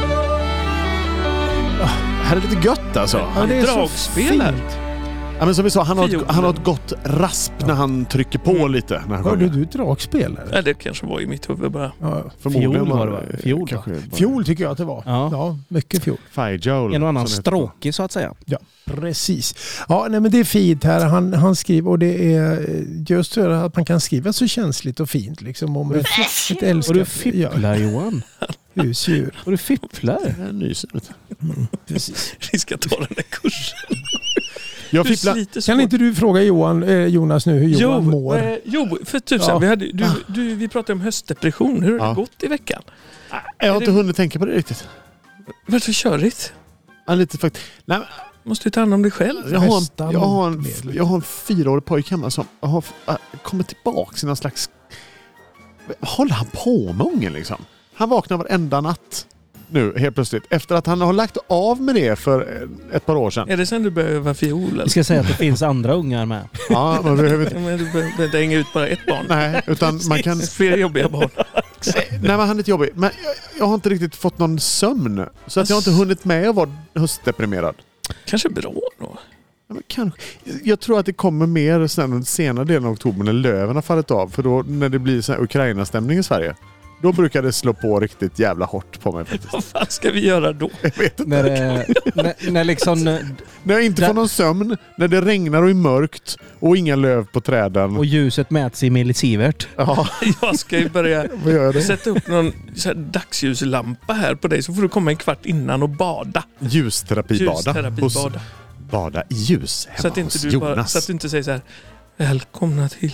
[SPEAKER 1] Här är lite gött alltså.
[SPEAKER 4] Ja, det är så
[SPEAKER 3] Dragspel här.
[SPEAKER 4] fint.
[SPEAKER 1] Ja, men som vi sa, han
[SPEAKER 3] Fiolen.
[SPEAKER 1] har ett gott rasp när han trycker på lite. När han
[SPEAKER 4] Hörde
[SPEAKER 1] sjunger.
[SPEAKER 4] du dragspel? Eller?
[SPEAKER 3] Ja, det kanske var i mitt huvud bara.
[SPEAKER 4] Ja.
[SPEAKER 1] Förmodligen
[SPEAKER 2] Fiol var det, va? Fiol,
[SPEAKER 1] kanske bara
[SPEAKER 4] Fjol tycker jag att det var.
[SPEAKER 2] Ja.
[SPEAKER 4] Ja, mycket fjol.
[SPEAKER 1] Fire Joel,
[SPEAKER 2] En och annan
[SPEAKER 1] som det heter.
[SPEAKER 2] stråkig så att säga.
[SPEAKER 4] Ja, precis. Ja, nej, men det är fint här. Han skriver, och det är just det att man kan skriva så känsligt och fint liksom om ett
[SPEAKER 2] Och
[SPEAKER 4] älskat
[SPEAKER 2] du fipplar Johan.
[SPEAKER 4] husdjur.
[SPEAKER 2] Och du fipplar.
[SPEAKER 1] Det är nysigt.
[SPEAKER 4] Precis.
[SPEAKER 3] Vi ska ta den här kursen.
[SPEAKER 1] Jag
[SPEAKER 3] Du
[SPEAKER 1] fipplar.
[SPEAKER 3] sliter
[SPEAKER 4] Kan
[SPEAKER 3] svårt.
[SPEAKER 4] inte du fråga Jonas nu hur Johan mår?
[SPEAKER 3] Jo, för tusan.
[SPEAKER 4] Ja.
[SPEAKER 3] Vi pratade om höstdepression. Hur har
[SPEAKER 1] Ja.
[SPEAKER 3] det gått i veckan?
[SPEAKER 1] Jag har inte hunnit tänka på det riktigt.
[SPEAKER 3] Varför så körigt?
[SPEAKER 1] Ja, lite faktiskt. Nej, men
[SPEAKER 3] Måste du ta hand om dig själv?
[SPEAKER 1] jag har en 4-årig pojke hemma som har kommit tillbaka i någon slags... Håller han på med ungen liksom? Han vaknar varenda natt nu helt plötsligt. Efter att han har lagt av med det för ett par år sedan.
[SPEAKER 3] Är det sen du börjar öva fiol? Eller?
[SPEAKER 2] Vi ska säga att det finns andra ungar med.
[SPEAKER 1] Ja, man behöver inte...
[SPEAKER 3] Men du behöver inte hänga ut bara ett barn.
[SPEAKER 1] Nej, utan man kan...
[SPEAKER 3] Fler jobbiga barn.
[SPEAKER 1] Nej, men han är inte jobbig. Men jag har inte riktigt fått någon sömn. Så att jag har inte hunnit med att vara höstdeprimerad.
[SPEAKER 3] Kanske bra då.
[SPEAKER 1] Ja, men kanske. Jag tror att det kommer mer sen den senare delen av oktober när löven har fallit av. För då när det blir så här Ukraina-stämning i Sverige. Då brukar det slå på riktigt jävla hårt på mig faktiskt.
[SPEAKER 3] Vad fan ska vi göra då?
[SPEAKER 1] Jag vet inte.
[SPEAKER 2] När liksom...
[SPEAKER 1] När jag inte får någon sömn, när det regnar och är mörkt och inga löv på träden.
[SPEAKER 2] Och ljuset mäts i millisievert.
[SPEAKER 1] Ja,
[SPEAKER 3] Jag ska ju börja
[SPEAKER 1] vad gör det?
[SPEAKER 3] sätta upp någon så här dagsljuslampa här på dig så får du komma en kvart innan och bada.
[SPEAKER 1] Ljusterapibada. Bada i ljus hemma
[SPEAKER 3] Så att inte
[SPEAKER 1] hos
[SPEAKER 3] du bara,
[SPEAKER 1] Jonas.
[SPEAKER 3] så att du inte säger så här: välkomna till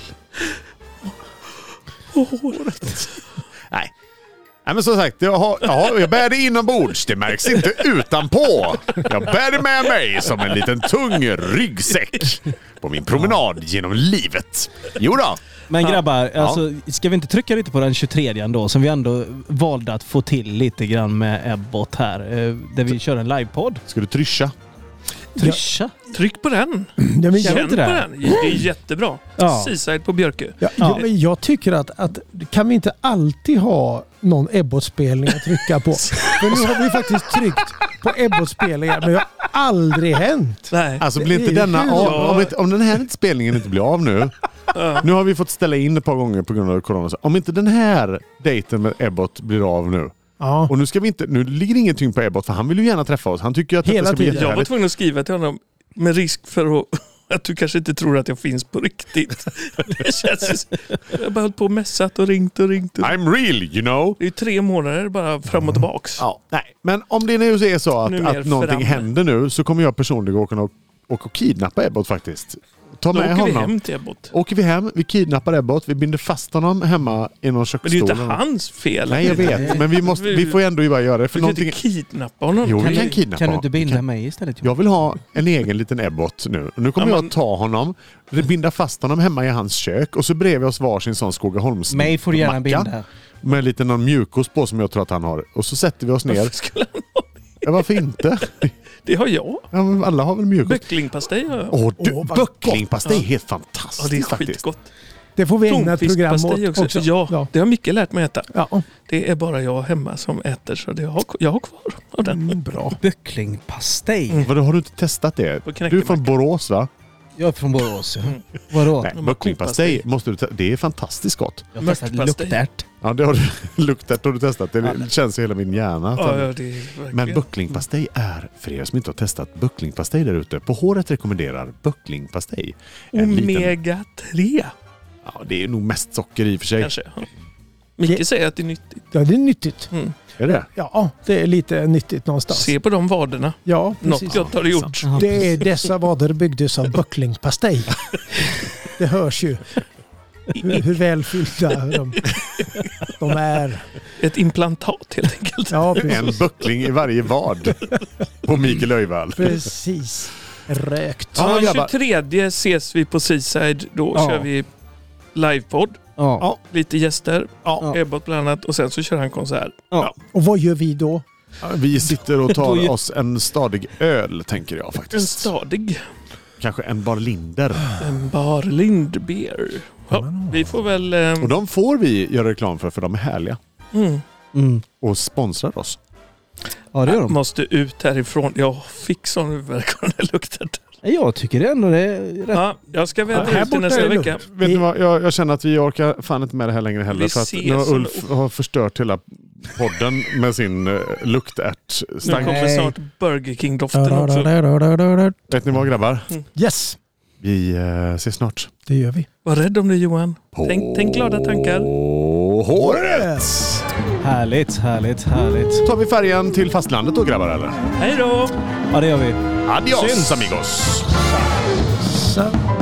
[SPEAKER 3] håret.
[SPEAKER 1] Nej. Nej, men som sagt, jag bär det inombords. Det märks inte utanpå. Jag bär det med mig som en liten tung ryggsäck på min promenad genom livet. Jo då.
[SPEAKER 2] Men grabbar, alltså, ska vi inte trycka lite på den 23 ändå som vi ändå valde att få till lite grann med Ebbot här. Där vi kör en livepodd.
[SPEAKER 1] Ska du tryscha?
[SPEAKER 2] Tryscha?
[SPEAKER 3] Tryck på den.
[SPEAKER 4] Ja, men
[SPEAKER 3] Känn på
[SPEAKER 2] inte det?
[SPEAKER 3] den. Det är jättebra.
[SPEAKER 2] Ja.
[SPEAKER 3] Seaside på Björkö.
[SPEAKER 4] Ja, men jag tycker att kan vi inte alltid ha någon Ebbot-spelning att trycka på? För nu har vi faktiskt tryckt på Ebbot-spelningar, men det har aldrig hänt.
[SPEAKER 3] Nej.
[SPEAKER 1] Alltså blir inte
[SPEAKER 4] Det är
[SPEAKER 1] denna
[SPEAKER 4] kul.
[SPEAKER 1] av, om den här spelningen inte blir av nu. Nu har vi fått ställa in ett par gånger på grund av corona. Om inte den här dejten med Ebbot blir av nu.
[SPEAKER 4] Ja.
[SPEAKER 1] Och nu ligger det ingenting på Ebbot för han vill ju gärna träffa oss. Han tycker ju att
[SPEAKER 4] Hela
[SPEAKER 1] det ska bli
[SPEAKER 4] tiden.
[SPEAKER 3] Jag var
[SPEAKER 1] jättehärligt.
[SPEAKER 3] tvungen att skriva till honom med risk för att du kanske inte tror att jag finns på riktigt. Det känns, jag har bara hållit på och mässat och ringt.
[SPEAKER 1] I'm real, you know.
[SPEAKER 3] Det är ju 3 månader bara fram och tillbaks.
[SPEAKER 1] Ja, nej. Men om det nu är så
[SPEAKER 3] Nu mer
[SPEAKER 1] att någonting
[SPEAKER 3] fram.
[SPEAKER 1] händer nu så kommer jag personligen åka och kidnappa Ebbot faktiskt. Ta
[SPEAKER 3] Då
[SPEAKER 1] med
[SPEAKER 3] åker vi
[SPEAKER 1] honom.
[SPEAKER 3] hem till Ebbot.
[SPEAKER 1] Åker vi hem, vi kidnappar Ebbot, vi binder fast honom hemma i någon
[SPEAKER 3] Men det är
[SPEAKER 1] köksstol.
[SPEAKER 3] ju inte hans fel.
[SPEAKER 1] Nej, jag vet. Men vi får ändå ju bara göra det. För
[SPEAKER 3] Du kan inte
[SPEAKER 1] någonting...
[SPEAKER 3] kidnappa honom.
[SPEAKER 1] Jo, vi kan kidnappa
[SPEAKER 2] Kan du inte
[SPEAKER 1] honom.
[SPEAKER 2] binda mig istället?
[SPEAKER 1] Jag vill ha en egen liten Ebbot nu. Och nu kommer
[SPEAKER 3] Ja,
[SPEAKER 1] jag
[SPEAKER 3] men-
[SPEAKER 1] ta honom, binda fast honom hemma i hans kök och så bredvid oss varsin sån Skogaholms
[SPEAKER 2] Mig får du gärna
[SPEAKER 1] macka
[SPEAKER 2] binda.
[SPEAKER 1] med lite någon mjukost på som jag tror att han har. Och så sätter vi oss ner.
[SPEAKER 3] Varför skulle han ha det?
[SPEAKER 1] Ja, varför inte?
[SPEAKER 3] Det har jag.
[SPEAKER 1] Ja, men alla har väl mjukost.
[SPEAKER 3] Böcklingpastej har jag.
[SPEAKER 1] Åh,
[SPEAKER 4] vad
[SPEAKER 1] böcklingpastej är helt
[SPEAKER 3] Ja,
[SPEAKER 1] fantastiskt
[SPEAKER 3] det är
[SPEAKER 1] faktiskt.
[SPEAKER 3] skitgott.
[SPEAKER 4] Det får vi ägna ett program
[SPEAKER 3] Tonfiskpastej
[SPEAKER 4] åt också.
[SPEAKER 3] Ja, det har Micke lärt mig äta.
[SPEAKER 4] Ja.
[SPEAKER 3] Det är bara jag hemma som äter så jag har kvar av den.
[SPEAKER 4] Bra.
[SPEAKER 2] Böcklingpastej.
[SPEAKER 1] Vadå, har du inte testat det?
[SPEAKER 3] På
[SPEAKER 1] Du är från
[SPEAKER 3] knäckemacka.
[SPEAKER 1] Borås va?
[SPEAKER 2] Jag är från Borås. Vadå?
[SPEAKER 1] Nej,
[SPEAKER 3] Men
[SPEAKER 1] böcklingpastej
[SPEAKER 3] kokpastej.
[SPEAKER 1] måste du det är fantastiskt gott.
[SPEAKER 2] Jag har testat
[SPEAKER 3] Mörkpastej.
[SPEAKER 2] luktärt.
[SPEAKER 1] Ja, det har du luktat och du testat. Det känns i hela min hjärna. att
[SPEAKER 3] Ja,
[SPEAKER 1] den-
[SPEAKER 3] ja, det är verkligen.
[SPEAKER 1] Men böcklingpastej är, för er som inte har testat böcklingpastej där ute, på håret rekommenderar böcklingpastej. En liten,
[SPEAKER 3] Omega 3
[SPEAKER 1] ja, det är nog mest socker i och för sig.
[SPEAKER 3] kanske. Ja. Micke säger att det är nyttigt.
[SPEAKER 4] Ja, det är nyttigt.
[SPEAKER 3] Mm.
[SPEAKER 1] Är det?
[SPEAKER 4] Ja, det är lite nyttigt någonstans.
[SPEAKER 3] Se på de vaderna.
[SPEAKER 4] Ja,
[SPEAKER 3] Något
[SPEAKER 4] precis.
[SPEAKER 3] gott har det gjort.
[SPEAKER 2] Ja.
[SPEAKER 4] Det är dessa vader byggdes av böcklingpastej. Det hörs ju hur välfyllda de är.
[SPEAKER 3] Ett implantat helt enkelt.
[SPEAKER 4] Ja,
[SPEAKER 1] En
[SPEAKER 4] precis.
[SPEAKER 1] böckling i varje vad på Mikael Öjvall.
[SPEAKER 4] Precis. Rökt.
[SPEAKER 1] Ja,
[SPEAKER 3] Så
[SPEAKER 1] grabbar.
[SPEAKER 3] 23 ses vi på Seaside. Då
[SPEAKER 2] Ja.
[SPEAKER 3] kör vi livepodd.
[SPEAKER 2] Ja.
[SPEAKER 3] Lite gäster.
[SPEAKER 2] Ja.
[SPEAKER 3] Ebbot bland annat. Och sen så kör han konsert.
[SPEAKER 4] Och vad gör vi då?
[SPEAKER 1] Vi sitter och
[SPEAKER 2] Då
[SPEAKER 1] tar
[SPEAKER 2] är-
[SPEAKER 1] oss en stadig öl, tänker jag
[SPEAKER 3] En
[SPEAKER 1] faktiskt.
[SPEAKER 3] stadig.
[SPEAKER 1] Kanske en Barlinder.
[SPEAKER 3] En bar Lindbeer. Ja, vi får väl...
[SPEAKER 1] Och de får vi göra reklam för de är härliga.
[SPEAKER 2] Mm.
[SPEAKER 1] Och sponsrar oss.
[SPEAKER 2] Ja, det gör
[SPEAKER 3] Jag
[SPEAKER 2] de.
[SPEAKER 3] måste ut härifrån. Jag fick sån huvudvärk av den här lukten.
[SPEAKER 2] Jag tycker det ändå det är rätt.
[SPEAKER 3] Ja, jag ska
[SPEAKER 4] Ja,
[SPEAKER 3] vädra
[SPEAKER 4] här
[SPEAKER 3] ut till
[SPEAKER 4] borta
[SPEAKER 3] nästa
[SPEAKER 4] är det
[SPEAKER 3] vecka.
[SPEAKER 4] lugnt.
[SPEAKER 1] Vet ni vad, jag känner att vi orkar fan inte med det här längre heller.
[SPEAKER 3] Vi
[SPEAKER 1] För att
[SPEAKER 3] ses
[SPEAKER 1] nu har
[SPEAKER 3] som-
[SPEAKER 1] Ulf har förstört hela podden med sin
[SPEAKER 3] Nu
[SPEAKER 1] luktärt-stank.
[SPEAKER 3] kommer snart Burger King-doften också.
[SPEAKER 1] Vet ni vad grabbar?
[SPEAKER 4] Yes,
[SPEAKER 1] Vi ses snart.
[SPEAKER 4] det gör vi.
[SPEAKER 3] Var rädd om dig Johan. Tänk glada tankar.
[SPEAKER 1] På håret!
[SPEAKER 2] Härligt, härligt, härligt.
[SPEAKER 1] Tar vi färjan till fastlandet då grabbar eller?
[SPEAKER 3] Hej då!
[SPEAKER 2] Ja, det gör vi.
[SPEAKER 1] Adios
[SPEAKER 3] Syns.
[SPEAKER 1] amigos!
[SPEAKER 4] Så.